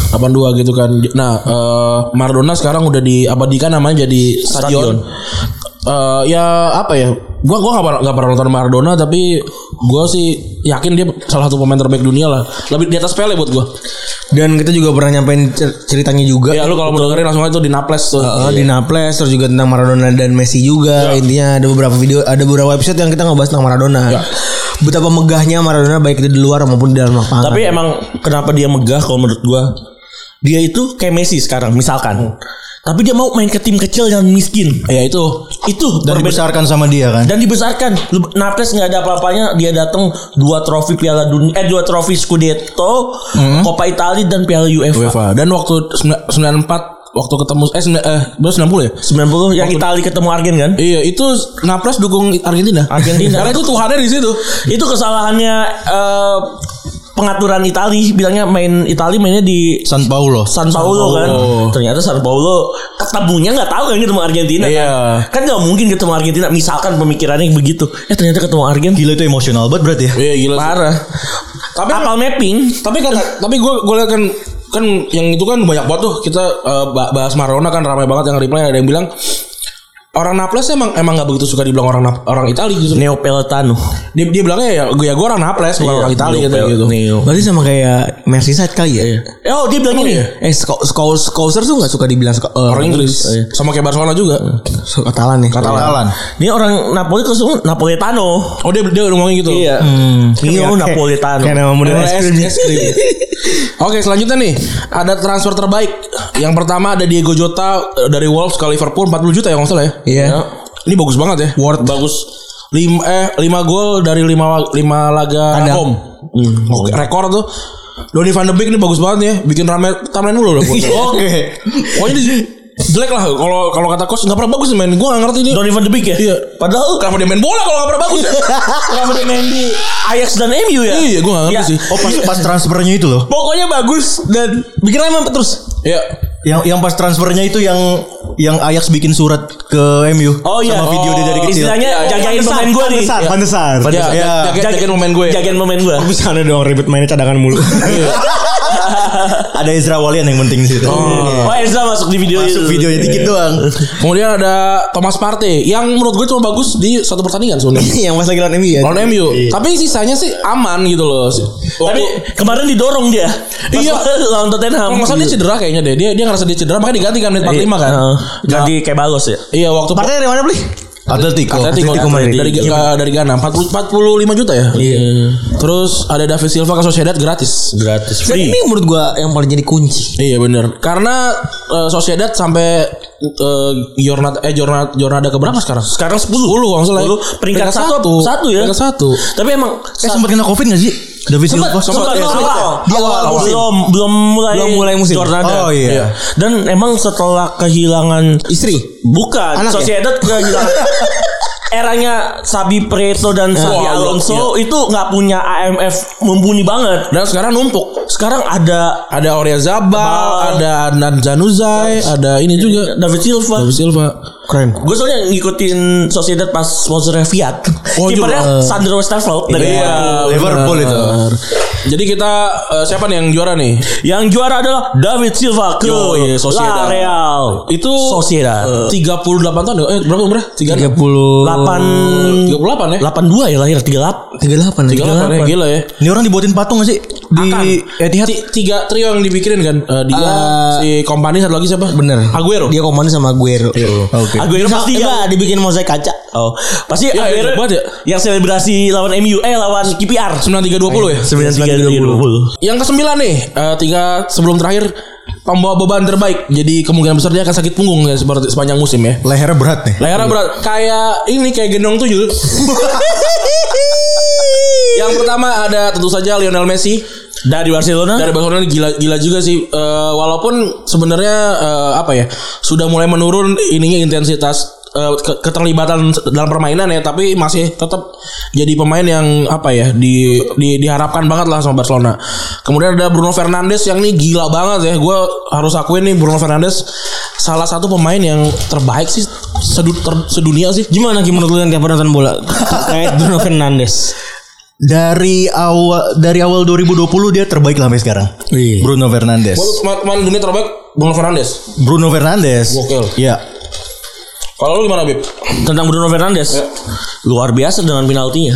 82 gitu kan. Nah, Maradona sekarang udah diabadikan namanya jadi stadion. Ya apa ya? Gua nggak pernah nonton Maradona tapi gua sih yakin dia salah satu pemain terbaik dunia lah. Lebih di atas Pele buat gua. Dan kita juga pernah nyampein ceritanya juga. Ya lu kalau mau dengerin langsung aja tuh di Naples tuh. Di Naples terus juga tentang Maradona dan Messi juga. Intinya ada beberapa video, ada beberapa website yang kita ngebahas tentang Maradona. Betapa megahnya Maradona baik itu di luar maupun di dalam lapangan. Tapi emang kenapa dia megah kalau menurut gua? Dia itu kayak Messi sekarang misalkan. Tapi dia mau main ke tim kecil yang miskin. Ya itu dan dibesarkan sama dia kan. Dan dibesarkan. Naples nggak ada apa-apanya. Dia datang 2 trofi Piala Dunia, 2 trofi Scudetto, Coppa Italia dan Piala UEFA. Dan waktu 94 waktu ketemu 90 ya? 90 yang Italia ketemu Argen kan? Iya, itu Naples dukung Argentina. Karena itu Tuhannya di situ. Itu kesalahannya pengaturan Italia, bilangnya mainnya di San Paulo kan. Ternyata San Paulo ketemunya nggak tahu kan ketemu Argentina. Iya. Kan nggak mungkin ketemu Argentina. Misalkan pemikirannya begitu. Ternyata ketemu Argentina. Gila itu emosional banget berarti ya. Iya gila. Parah. Tapi apal mapping. Tapi gue lihat kan yang itu kan banyak banget tuh kita bahas Maradona kan ramai banget yang reply, ada yang bilang orang Naples emang gak begitu suka dibilang orang Italia gitu. Neopolitano. Dia bilangnya ya gue orang Naples bukan orang Italia gitu. Berarti sama kayak Merseyside kali ya. Oh dia bilang ini. Scouser tuh gak suka dibilang orang Inggris. Sama kayak Barcelona juga. Katalan nih. Katalan. Ini orang Napoli kesung Napoletano. Oh dia ngomongin gitu. Iya. Ini Napoletano. Kayak nama model es krim. Oke, selanjutnya nih ada transfer terbaik. Yang pertama ada Diego Jota dari Wolves ke Liverpool 40 juta ya kalau nggak salah ya. Iya. Ini bagus banget ya. Ward bagus. 5 gol dari 5 laga home. Oke, rekor tuh. Donny van de Beek ini bagus banget ya. Bikin rame timeline dulu loh. Oke. Pokoknya jelek lah kalau kata coach enggak pernah bagus main. Gua enggak ngerti ini. Donny van de Beek ya? Iya. Padahal kenapa dia main bola kalau enggak pernah bagus ya? kenapa dia main di Ajax dan MU ya? Iya, gua enggak ngerti sih. Oh pas transfernya itu loh. Pokoknya bagus dan bikin rame terus. Iya. Yang pas transfernya itu yang Ajax bikin surat ke MU. Oh iya. Sama video dia dari kecil. Istilahnya jagain pemain gue nih. Pantesan. Jagain pemain gue. Jagain pemain gue. Bisa ada dong ribet mainnya cadangan mulu. Ada Ezra Walian yang penting di situ. Oh Ezra masuk di video itu. Masuk videonya dikit doang. Kemudian ada Thomas Partey yang menurut gue cuma bagus di satu pertandingan sebenarnya. Yang pas lagi lawan MU ya. Lawan MU. Tapi sisanya sih aman gitu loh. Tapi kemarin didorong dia. Iya. Lawan Tottenham. Masa dia cedera kayaknya deh. Dia ngerasa dia cedera makanya diganti kan menit 45 kan. Ganti kayak Balos ya. Iya waktu Partey dari mana beli? Atletico dari Ghana 45 juta ya. Iya. Terus ada David Silva ke Sociedad gratis. Free. Ini menurut gua yang paling jadi kunci. Iya benar. Karena Sociedad sampai Jornada keberapa sekarang? Sekarang 10 kalau enggak salah. Peringkat 1 ya. Peringkat 1. Tapi emang sempat kena Covid enggak sih? David Silva di awal belum mulai musim Jornada. Oh iya. Dan emang setelah kehilangan istri, bukan Sociedad kehilangan eranya Xabi Prieto dan Xabi Alonso itu nggak punya AMF mumpuni banget. Dan sekarang numpuk. Sekarang ada Oyarzabal, ada Adnan Januzaj, ada ini juga David Silva. Keren. Gue soalnya ngikutin Sociedad pas sponsornya Fiat. Kipernya Sandro Westerveld dari Liverpool itu. Jadi kita siapa nih yang juara nih? Yang juara adalah David Silva ke Sociedad. Real. Itu Sociedad 38 tahun ya? Berapa umurnya? 38 ya? 82 ya lahir 38 ya gila ya. Ini orang dibuatin patung gak sih? Di Etihad 3 trio yang dipikirin kan. Dia si Kompany satu lagi siapa? Bener. Aguero. Dia Kompany sama Aguero. Oke. Aguero pasti dibikin mozaik kaca. Oh, pasti Aguero yang selebrasi lawan MU lawan KPR 93-20 ya? 93-20. Yang ke-9 nih, 3 sebelum terakhir pembawa beban terbaik. Jadi kemungkinan besar dia akan sakit punggung ya seperti sepanjang musim ya. Lehernya berat nih. Kayak gendong tuyul. Yang pertama ada tentu saja Lionel Messi dari Barcelona gila juga sih. Walaupun sebenarnya sudah mulai menurun intensitas keterlibatan dalam permainan ya, tapi masih tetap jadi pemain yang diharapkan banget lah sama Barcelona. Kemudian ada Bruno Fernandes yang nih gila banget ya. Gue harus akuin nih Bruno Fernandes salah satu pemain yang terbaik sih sedunia sih. Gimana menurut lu yang tiap nonton bola kayak Bruno Fernandes? Dari awal 2020 dia terbaik lah sampai sekarang. Bruno Fernandes. Pemain dunia terbaik Bruno Fernandes. Gokil. Iya. Kalau lu gimana, Bib? Tentang Bruno Fernandes luar biasa dengan penaltinya.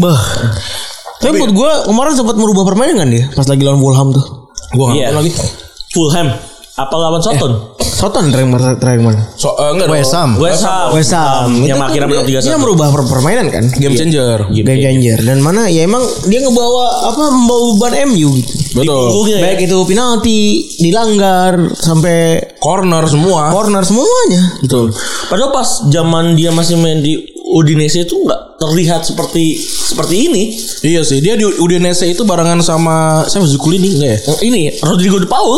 Tapi menurut gue kemarin sempat merubah permainan kan dia pas lagi lawan Fulham tuh. Gua enggak lagi. Fulham apa lawan Soton? Soton terakhir mana? Enggak dong. West Ham. Yang akhirnya menang 3-1. Dia merubah permainan kan? Game changer. Dan mana ya emang dia membawa beban MU gitu. Betul. Baik itu penalti, dilanggar sampai corner semuanya. Betul. Padahal pas zaman dia masih main di Udinese itu nggak terlihat seperti ini. Iya sih, dia di Udinese itu barengan sama siapa, Zuculini enggak ya? Ini Rodrigo De Paul.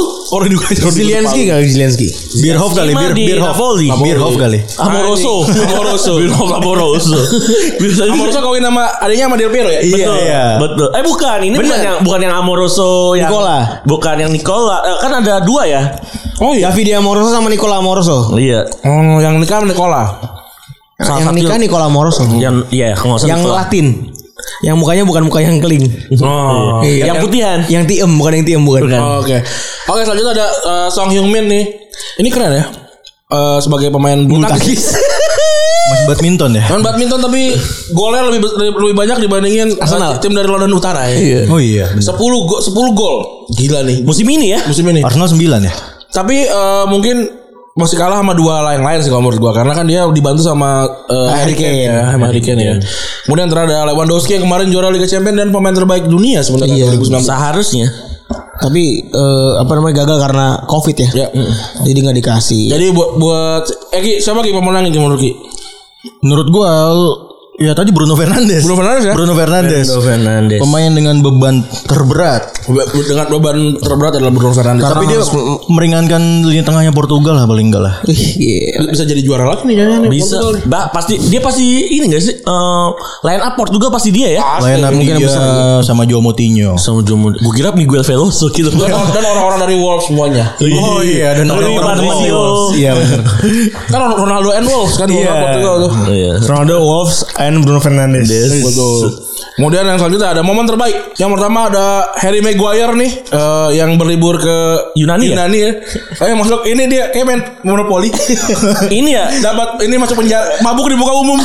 Zielinski. Bierhoff kali. Bierhoff kali. Amoroso. Amoroso kawin sama adanya sama Del Piero ya? Iya. Betul. Bukan, ini bukan yang Amoroso yang Nicola. Bukan yang Nicola. Kan ada 2 ya. Oh iya. Davide Amoroso sama Nicola Amoroso. Iya. Oh, yang nikah Nicola. Yang nikah Nicola Amoroso. Yang Latin. Yang mukanya bukan muka yang keling. Oh. Yang putihan. Yang tiem bukan. Oke, selanjutnya ada Song Heung-min nih. Ini keren ya. Sebagai pemain bulu tangkis. Mas badminton ya. Main badminton tapi golnya lebih banyak dibandingin tim dari London Utara ya. Oh iya. 10 gol. Gila nih. Musim ini. Arsenal 9 ya. Tapi mungkin masih kalah sama 2 lain sih kalau menurut gua, karena kan dia dibantu sama Harry Kane ya. Kemudian ada Lewandowski yang kemarin juara Liga Champions dan pemain terbaik dunia sebenarnya 2019. Seharusnya. Tapi gagal karena Covid ya. Jadi nggak dikasih. Jadi buat Eki siapa Ki pemenang ini menurut Ki? Menurut gua ya tadi Bruno Fernandes ya. Bruno Fernandes. Pemain dengan beban terberat. Dengan beban terberat adalah Bruno Fernandes. Tapi dia meringankan lini tengahnya Portugal lah paling enggak lah. Bisa jadi juara lagi nih kayaknya. Bisa. Pasti ini enggak sih? Line up Portugal pasti dia ya. Line up mungkin bisa sama João Moutinho. Gue kira Miguel Veloso gitu. Dan orang-orang dari Wolves semuanya. Oh iya, dan orang-orang dari Wolves. Iya benar. Kan Ronaldo and Wolves kan Portugal tuh. Ronaldo, Wolves, and Bruno Fernandes. Betul. Kemudian yang selanjutnya ada momen terbaik. Yang pertama ada Harry Maguire nih yang berlibur ke Yunani ya. Masuk ini dia kayak main monopoli. Ini ya dapat ini masuk penjara, mabuk di muka umum.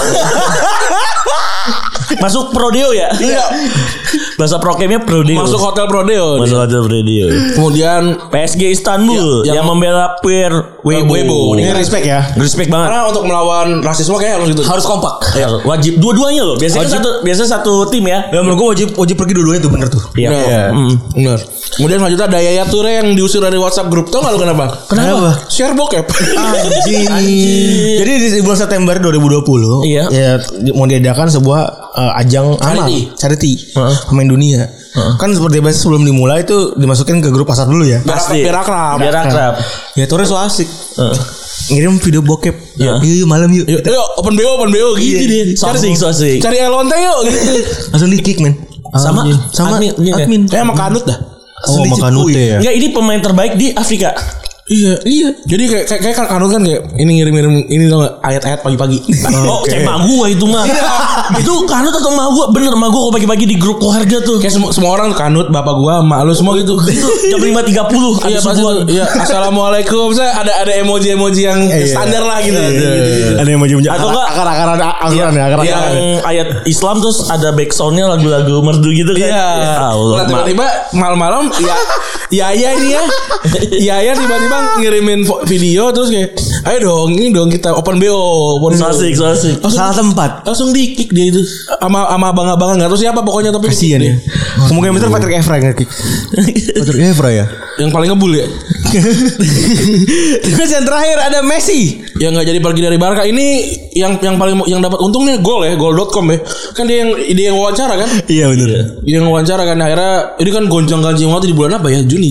Masuk Prodeo ya? Iya. Bahasa prokemnya Prodeo. Masuk hotel Prodeo. Kemudian PSG Istanbul yang membela Pierre Webo. Ini respect ya. Respect banget. Karena untuk melawan rasisme kayak harus gitu. Harus kompak. Wajib dua-duanya loh. Biasanya satu tim ya. Ya menurut gua wajib pergi dua-duanya tuh bener tuh. Iya. Benar. Kemudian selanjutnya ada Yaya Toure yang diusir dari WhatsApp grup. Tau gak lu kenapa? Share bokep. Anjing. Jadi di bulan September 2020 ya mau diadakan sebuah ajang amal charity pemain dunia. Kan seperti biasa sebelum dimulai itu dimasukin ke grup pasar dulu ya. Biar akrab. Ya Toure so asik. Ngirim video bokep. Yuk malam yuk. Yuk open BO gitu dia. So asik. Cari Elonte yuk gitu. Langsung di kick men. Sama admin. Kayak sama Kanut dah. Sama Kanut ya. Enggak, ini pemain terbaik di Afrika. Iya. Jadi kayak Kanut kan kayak ini ngirim ini tau gak ayat-ayat pagi-pagi. Kayak emak gua itu mah. Itu Kanut atau emak gua? Bener emak gua pagi-pagi di grup keluarga tuh. Kayak semua orang Kanut, bapak gua, emak lu semua gitu. Jam 5.30 Iya pasti. Iya, assalamualaikum. Saya ada emoji-emoji yang standar lah gitu. Ada emoji atau enggak akar-akaran asuran ya, akar-akaran. Yang ayat Islam terus ada back sound-nya lagu-lagu merdu gitu kan. Iya. Tiba-tiba malam-malam ya ini ya. Iya tiba-tiba ngirimin video terus kayak ayo dong kita open BO. Asik. Salah tempat. Langsung di-kick dia itu sama abang-abangan enggak tahu siapa pokoknya tapi kasihan ya. Kemungkinan besar Patrick Evra nge-kick. Patrick Evra ya. Yang paling ngebul ya. Terus yang terakhir ada Messi yang nggak jadi pergi dari Barca. Ini yang paling yang dapat untungnya gol.com ya. Kan dia yang wawancara kan? Iya benar. Dia yang wawancara kan akhirnya ini kan gonjang-ganjing waktu di bulan apa ya? Juli.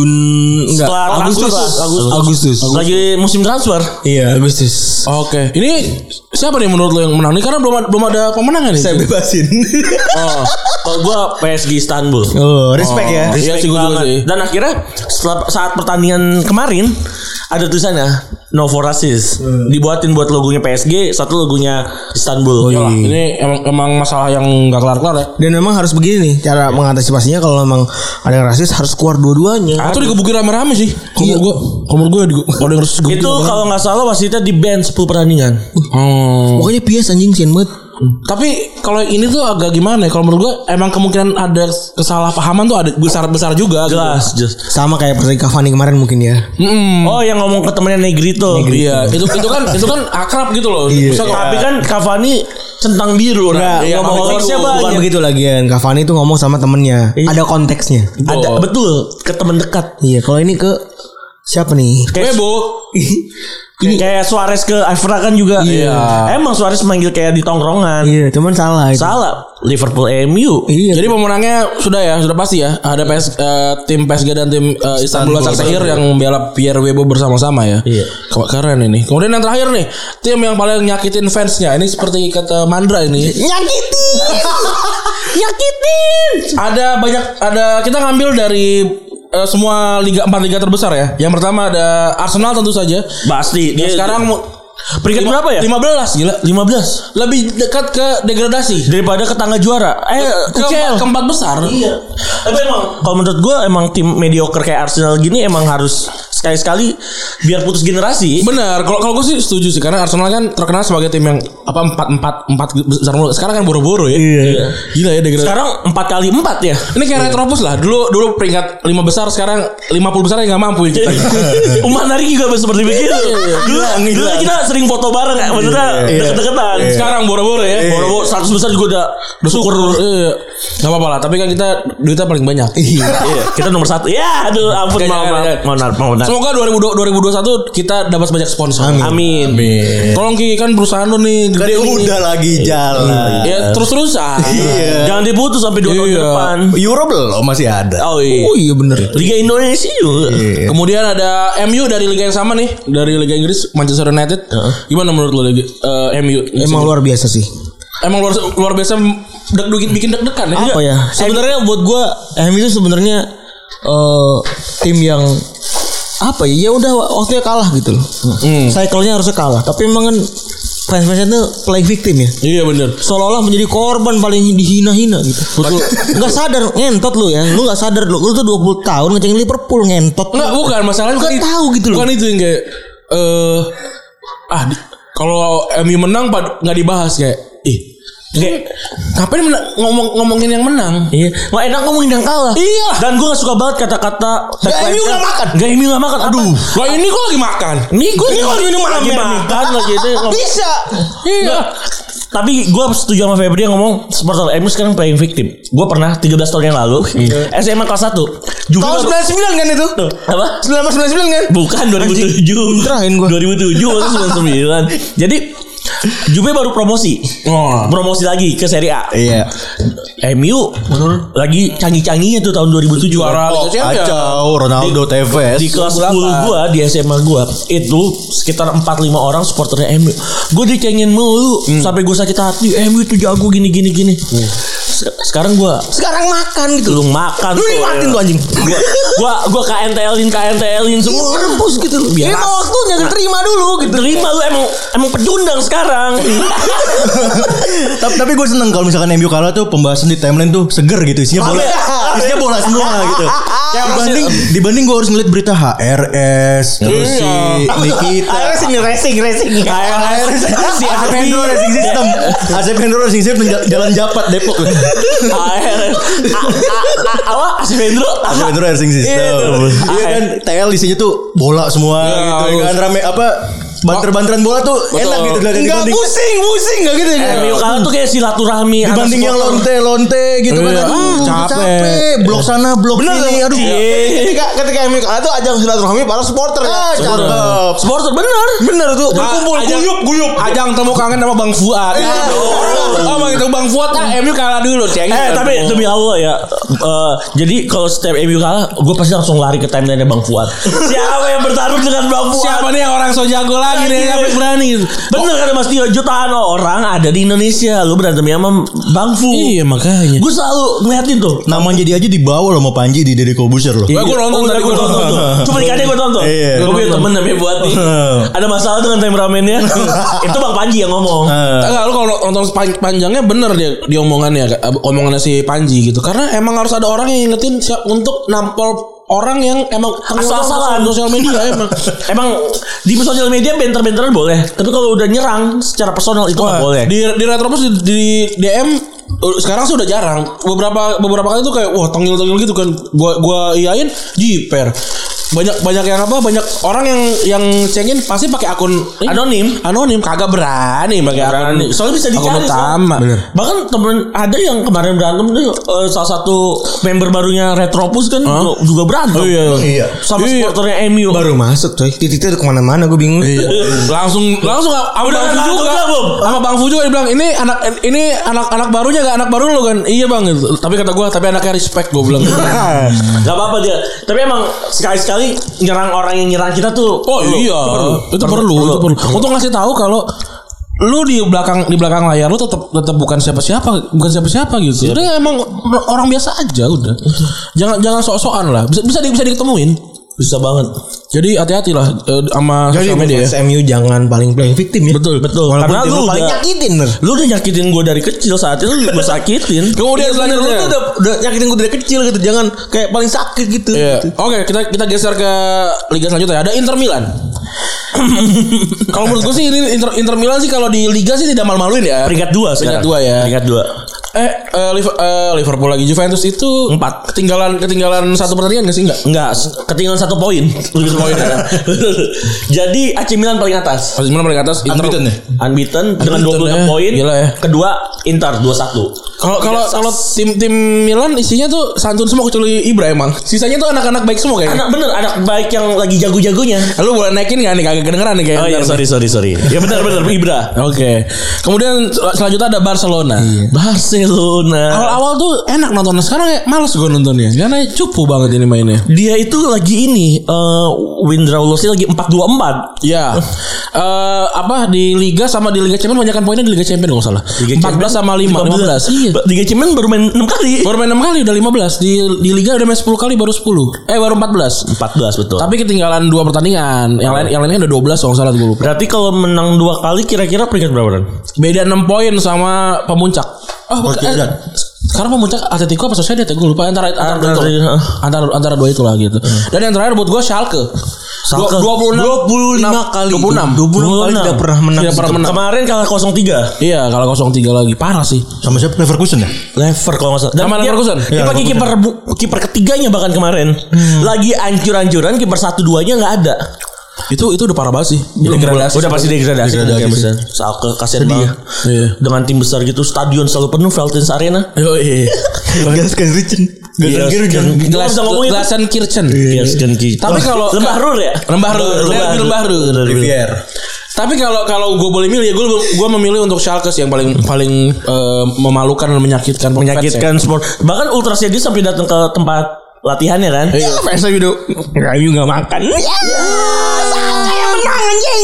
Agustus. Lagi musim transfer. Iya, Agustus. Oke. Ini siapa nih menurut lo yang menang nih? Karena belum ada pemenangan nih. Saya bebasin. Kalau gua PSG Istanbul. Respect ya. Respect banget. Dan akhirnya saat pertandingan kemarin ada tulisannya No for Racist. Dibuatin buat logonya PSG, satu logonya Istanbul. Ini emang masalah yang gak kelar-kelar ya. Dan memang harus begini nih cara mengantisipasinya kalau memang ada yang rasis harus keluar dua-duanya. Atau digebukin rame-rame sih. Kalau gue ada yang rasis itu kalau nggak salah wasitnya di ban 10 pertandingan. Pokoknya bias anjing sih banget. Tapi kalau yang ini tuh agak gimana ya? Kalau menurut gue emang kemungkinan ada kesalahpahaman tuh ada besar juga. Jelas. Sama kayak pertandingan Cavani kemarin mungkin ya. Oh yang ngomong ke temennya Negrito. Iya. itu kan akrab gitu loh. Tapi kan Cavani centang biru. Bukan begitu lagian. Cavani tuh ngomong sama temennya. Ada konteksnya. Ada betul ke teman dekat. Iya. Kalau ini ke siapa nih? Webo. Kayak Suarez ke Evra kan juga. Iya. Emang Suarez manggil kayak di tongkrongan. Iya, cuman salah itu. Salah. Liverpool MU. Iya. Jadi pemenangnya sudah pasti ya. Ada tim PSG dan tim Istanbul Başakşehir yang membela Pierre Webo bersama-sama ya. Iya. Keren ini. Kemudian yang terakhir nih, tim yang paling nyakitin fansnya. Ini seperti kata Mandra ini. Nyakitin. Ada kita ngambil dari semua 4 liga terbesar ya. Yang pertama ada Arsenal tentu saja. Pasti. Dia sekarang peringkat berapa ya? 15 gila. 15. Lebih dekat ke degradasi daripada ke tangga juara. Keempat besar. Iya. Tapi emang kalau menurut gue emang tim mediocre kayak Arsenal gini emang harus sekali-sekali biar putus generasi. Benar. Kalau gue sih setuju sih karena Arsenal kan terkenal sebagai tim yang 4 besar mulu. Sekarang kan boro-boro ya. Iya. Gila ya degradasi. Sekarang 4x4 ya. Ini kayak Retropus lah. Dulu peringkat 5 besar, sekarang 50 besar yang enggak mampu ya. Umat Nari juga seperti begitu. Dulu kita sering foto bareng ya. Maksudnya deket-deketan. Sekarang boro-boro ya. Boro-boro 100 besar juga udah syukur. Gak apa-apa lah. Tapi kan kita duitnya paling banyak. Iya. Kita nomor 1. Ya aduh ampun. Maaf. Semoga 2021 kita dapat banyak sponsor. Amin. Tolong Ki, kan perusahaan lu nih Kan udah lagi jalan. Ya terus-terusan. Iya. Jangan diputus sampai 2 tahun ke depan. Euro belum masih ada. Oh iya bener. Liga Indonesia juga. Kemudian ada MU dari liga yang sama nih, dari Liga Inggris, Manchester United. Gimana menurut lo MU? Emang luar biasa sih. Emang luar biasa bikin deg-degan ya. Apa ya? Sebenarnya buat gue MU itu sebenarnya tim yang apa ya? Ya udah waktunya kalah gitu loh. Cycle-nya harusnya kalah. Tapi emang kan fans-fansnya tuh playing victim ya. Iya benar. Seolah-olah menjadi korban paling dihina-hina gitu. Betul. Enggak sadar ngentot lu ya. Lu enggak sadar lu tuh 20 tahun ngecengin Liverpool ngentot. Enggak, bukan masalahnya enggak tahu gitu loh. Bukan itu yang kayak kalau MU menang enggak dibahas kayak kayak ngapain ngomongin yang menang? Iya. Nggak enak ngomongin yang kalah. Iya. Dan gue gak suka banget kata-kata MU gak makan. MU gak makan. Aduh. Lah ini gue lagi makan. Ini lagi makan lagi itu. Bisa. Iya. Tapi gue setuju sama Febri yang ngomong supporter MU sekarang playing victim. Gue pernah 13 tahun yang lalu SMA kelas 1 tahun 99 kan itu? Apa? 1999 kan? Bukan 2007. Terakhir gue 2007 maksudnya 99. Jadi Juve baru promosi lagi ke Serie A. Iya. MU lagi canggih-canggihnya tuh tahun 2007 juara kacau Ronaldo Tevez. Di kelas 10 gua di SMA gua itu sekitar 4-5 orang supporternya MU. Gua dicengin mulu sampai gua sakit hati. MU itu jago gini. Sekarang makan gitu. Lu makan. Lu nikmatin tuh anjing. Gua KNTL-in semua. Rebus gitu lu. Biar waktunya terima dulu gitu. Terima lu emang pecundang sekarang. Tapi gue seneng kalau misalkan MU kalah tuh pembahasan di timeline tuh seger gitu. Isinya bola semua gitu. Dibanding gue harus ngeliat berita HRS terus si Nikita. HRS ini racing. HRS si Asependo Racing System. Asependo Racing System Jalan Japat Depok. HRS Asependo Racing System. Iya kan TL isinya tuh bola semua gitu kan, rame apa banter-banteran bola tuh enak gitu. Enggak pusing enggak gitu ya. MU kalah tuh kayak silaturahmi dibanding yang lonte gitu kan. Capek. Blok sana blok sini. Aduh. Ketika MU kalah tuh ajang silaturahmi para supporter ya. Cakep. Supporter bener tuh. Berkumpul guyup. Ajang temu kangen sama Bang Fuad. Sama itu Bang Fuad MU kalah dulu, ceng. Tapi demi Allah ya. Jadi kalau setiap MU kalah, gue pasti langsung lari ke timeline-nya Bang Fuad. Siapa yang bertarung dengan Bang Fuad? Siapa nih yang orang so jago lagi nih yang berani? Bener kan Mas Tio, jutaan orang ada di Indonesia. Lu berantem sama Bang Fu. Iya makanya. Gue selalu ngeliatin tuh. Nama jadi aja dibawa sama Panji di Deddy Kobuser loh. Gue nonton tadi gue nonton. Cuma dikasih gue tonton. Gue punya temen namanya buat nih. Ada masalah dengan temeramennya. Itu Bang Panji yang ngomong. Enggak, lu kalau nonton panjangnya bener dia omongannya si Panji gitu. Karena emang harus ada orang yang ingetin untuk nampol orang yang emang asal-asalan sosial media emang di sosial media bentar-bentar boleh, tapi kalau udah nyerang secara personal itu nggak boleh. Di Retropus di DM sekarang sih udah jarang. Beberapa kali tuh kayak wah tengil gitu kan. Gua iyain jiper. Banyak yang banyak orang yang cengin pasti pakai akun anonim kagak berani pakai akun soalnya bisa dicari utama. Bahkan temen ada yang kemarin berantem tuh salah satu member barunya Retropus kan juga berantem. Iya. Sama supporternya MU baru masuk coy. Titiknya kemana-mana gue bingung. langsung sama Bang Fu juga dia bilang ini anak barunya gak anak baru lo kan. Iya Bang gitu. Tapi kata gue anaknya respect gue bilang. Gak apa-apa dia. Tapi emang sekali nyerang orang yang nyerang kita tuh itu perlu. Untuk ngasih tahu kalau lu di belakang layar lu tetap bukan siapa-siapa gitu. Udah emang orang biasa aja udah. Jangan sok-sokan lah. Bisa diketemuin. Bisa banget. Jadi hati-hatilah sama sosial media ya. MU jangan paling playing victim ya. Betul. Karena lu paling nyakitin. Lu udah nyakitin gue dari kecil, saat itu lu gue sakitin. Kemudian selanjutnya lu udah nyakitin gue dari kecil gitu. Jangan kayak paling sakit gitu. Iya. Oke, kita geser ke liga selanjutnya. Ada Inter Milan. Kalau menurut gue sih ini Inter Milan sih kalau di liga sih tidak malu-maluin ya. Peringkat 2 ya. Peringkat 2. Liverpool lagi Juventus itu 4. ketinggalan satu pertandingan nggak sih? Enggak, ketinggalan 1 poin. Jadi AC Milan paling atas. AC Milan paling atas. Unbeaten dengan 26 poin. Gila ya. Kedua Inter 21. Kalau tim Milan isinya tuh santun semua kecuali Ibra emang. Sisanya tuh anak-anak baik semua kayaknya. Anak baik yang lagi jago-jagonya. Lu boleh naikin enggak nih, kagak kedengeran nih kayaknya. Oh iya, sorry. Ya benar Ibra. Oke. Kemudian selanjutnya ada Barcelona. Barcelona. Awal-awal tuh enak nontonnya, sekarang kayak males gue nontonnya karena cupu banget ini mainnya. Dia itu lagi ini win draw loss lagi 4-2-4. Ya. Di Liga sama di Liga Champions banyakkan poinnya di Liga Champions enggak salah. 14 sama 15. Iya. Liga Champions baru main 6 kali. Baru main 6 kali udah 15. Di Liga udah main 10 kali baru 10. Baru 14. 14 betul. Tapi ketinggalan 2 pertandingan. Yang lainnya udah 12 kalau salah gue lupa. Berarti kalau menang 2 kali kira-kira peringkat berapa kan? Beda 6 poin sama pemuncak. Sekarang pemuncak Atletico apa Sociedad ya? Gue lupa antara dua itu lah gitu. Dan yang terakhir buat gue Schalke. 25 kali tidak pernah menang. Kemarin kalah 0-3. Iya, kalah 0-3 lagi. Parah sih. Sama siapa? Leverkusen ya? Lever kalau enggak salah. Sama Leverkusen. Dia pakai kiper ketiganya bahkan kemarin. Lagi ancur-ancuran kiper 1-2-nya enggak ada. Itu udah parah banget sih. Degradasi. Udah pasti degradasi. Schalke kasihan dia. Iya. Dengan tim besar gitu, stadion selalu penuh, Veltins Arena. Gelsenkirchen. Tapi kalau Lembah Ruhr. Tapi kalau gue boleh milih, gue memilih untuk Schalke yang paling memalukan dan menyakitkan sport. Bahkan Ultrasnya dia sampai datang ke tempat latihannya kan. Iya, fans lagi tuh. Kayu enggak makan. Saya menang anjing.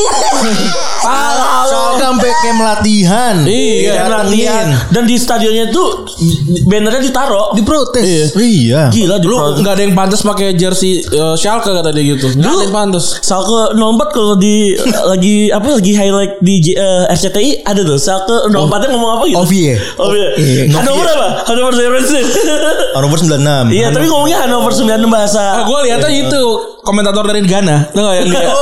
Sampai kayak melatihan. Iya, latihan. Dan di stadionnya tuh bannernya ditaruh, diprotes. Iya. Gila dulu enggak ada yang pantas pakai jersey Schalke kata dia gitu. Enggak ada yang pantas. Schalke 04 kalau di lagi highlight di RCTI ada tuh Schalke 04-nya ngomong apa gitu. Hannover apa? Hannover 96. Hannover 96. Iya, tapi ngomongnya Hannover 96 bahasa. Gue lihatnya itu komentator dari Ghana. Tahu enggak yang dia?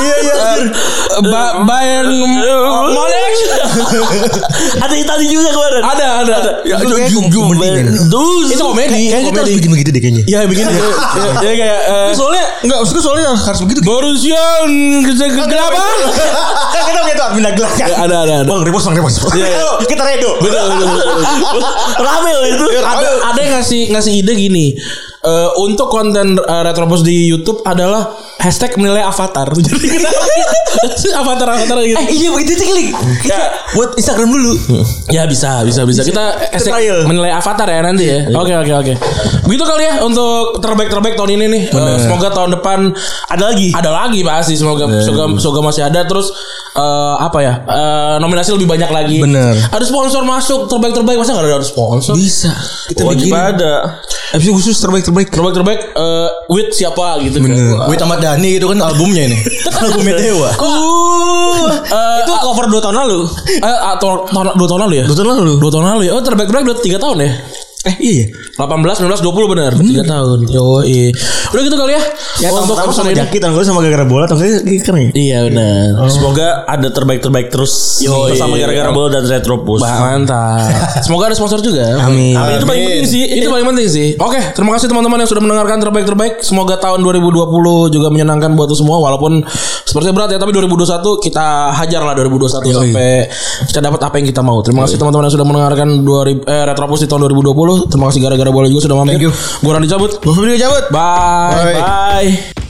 Bayern Monash. Ada Itali juga kemarin. Ada. Itu komedi. Kayaknya kita harus bikin begitu deh kayaknya. Iya begini. Ya kayak soalnya harus begitu. Borussia kenapa? Kan kita punya tuh pindah gelas kan. Ada. Bang repost. Kita redo. Betul. Ramel itu. Ada yang ngasih ide gini. Untuk konten Retropos di YouTube adalah hashtag menilai avatar. Jadi avatar gitu. Iya begitu kali. Buat Instagram dulu. Ya bisa. Kita hashtag menilai avatar ya nanti ya. Oke. Begitu kali ya untuk terbaik tahun ini nih. Semoga tahun depan ada lagi pasti. Semoga masih ada. Terus nominasi lebih banyak lagi. Bener. Ada sponsor masuk terbaik masa nggak ada sponsor? Bisa. Kita bikin ada. Episode khusus terbaik with siapa gitu. Bener. With Ahmad Dhani gitu kan albumnya ini. Albumnya Dewa. Itu cover 2 tahun lalu. 2 tahun lalu ya? 2 tahun lalu ya. Oh terbaik udah 3 tahun ya? Iya 18, 19, 20 benar 3 tahun. Udah gitu kali ya. Untuk episode ini tahun lalu sama gara-gara bola, tahun ini keren. Iya benar. Semoga ada terbaik terus bersama gara-gara bola dan Retropus. Mantap. Semoga ada sponsor juga. Amin. Itu paling penting sih. Oke, terima kasih teman-teman yang sudah mendengarkan terbaik. Semoga tahun 2020 juga menyenangkan buat semua, walaupun sepertinya berat ya, tapi 2021 kita hajar lah 2021 sampai kita dapat apa yang kita mau. Terima kasih teman-teman yang sudah mendengarkan Retropus di tahun 2020. Terima kasih gara-gara bola juga sudah mampir. Thank you. Gua Randy cabut. Bye. Bye.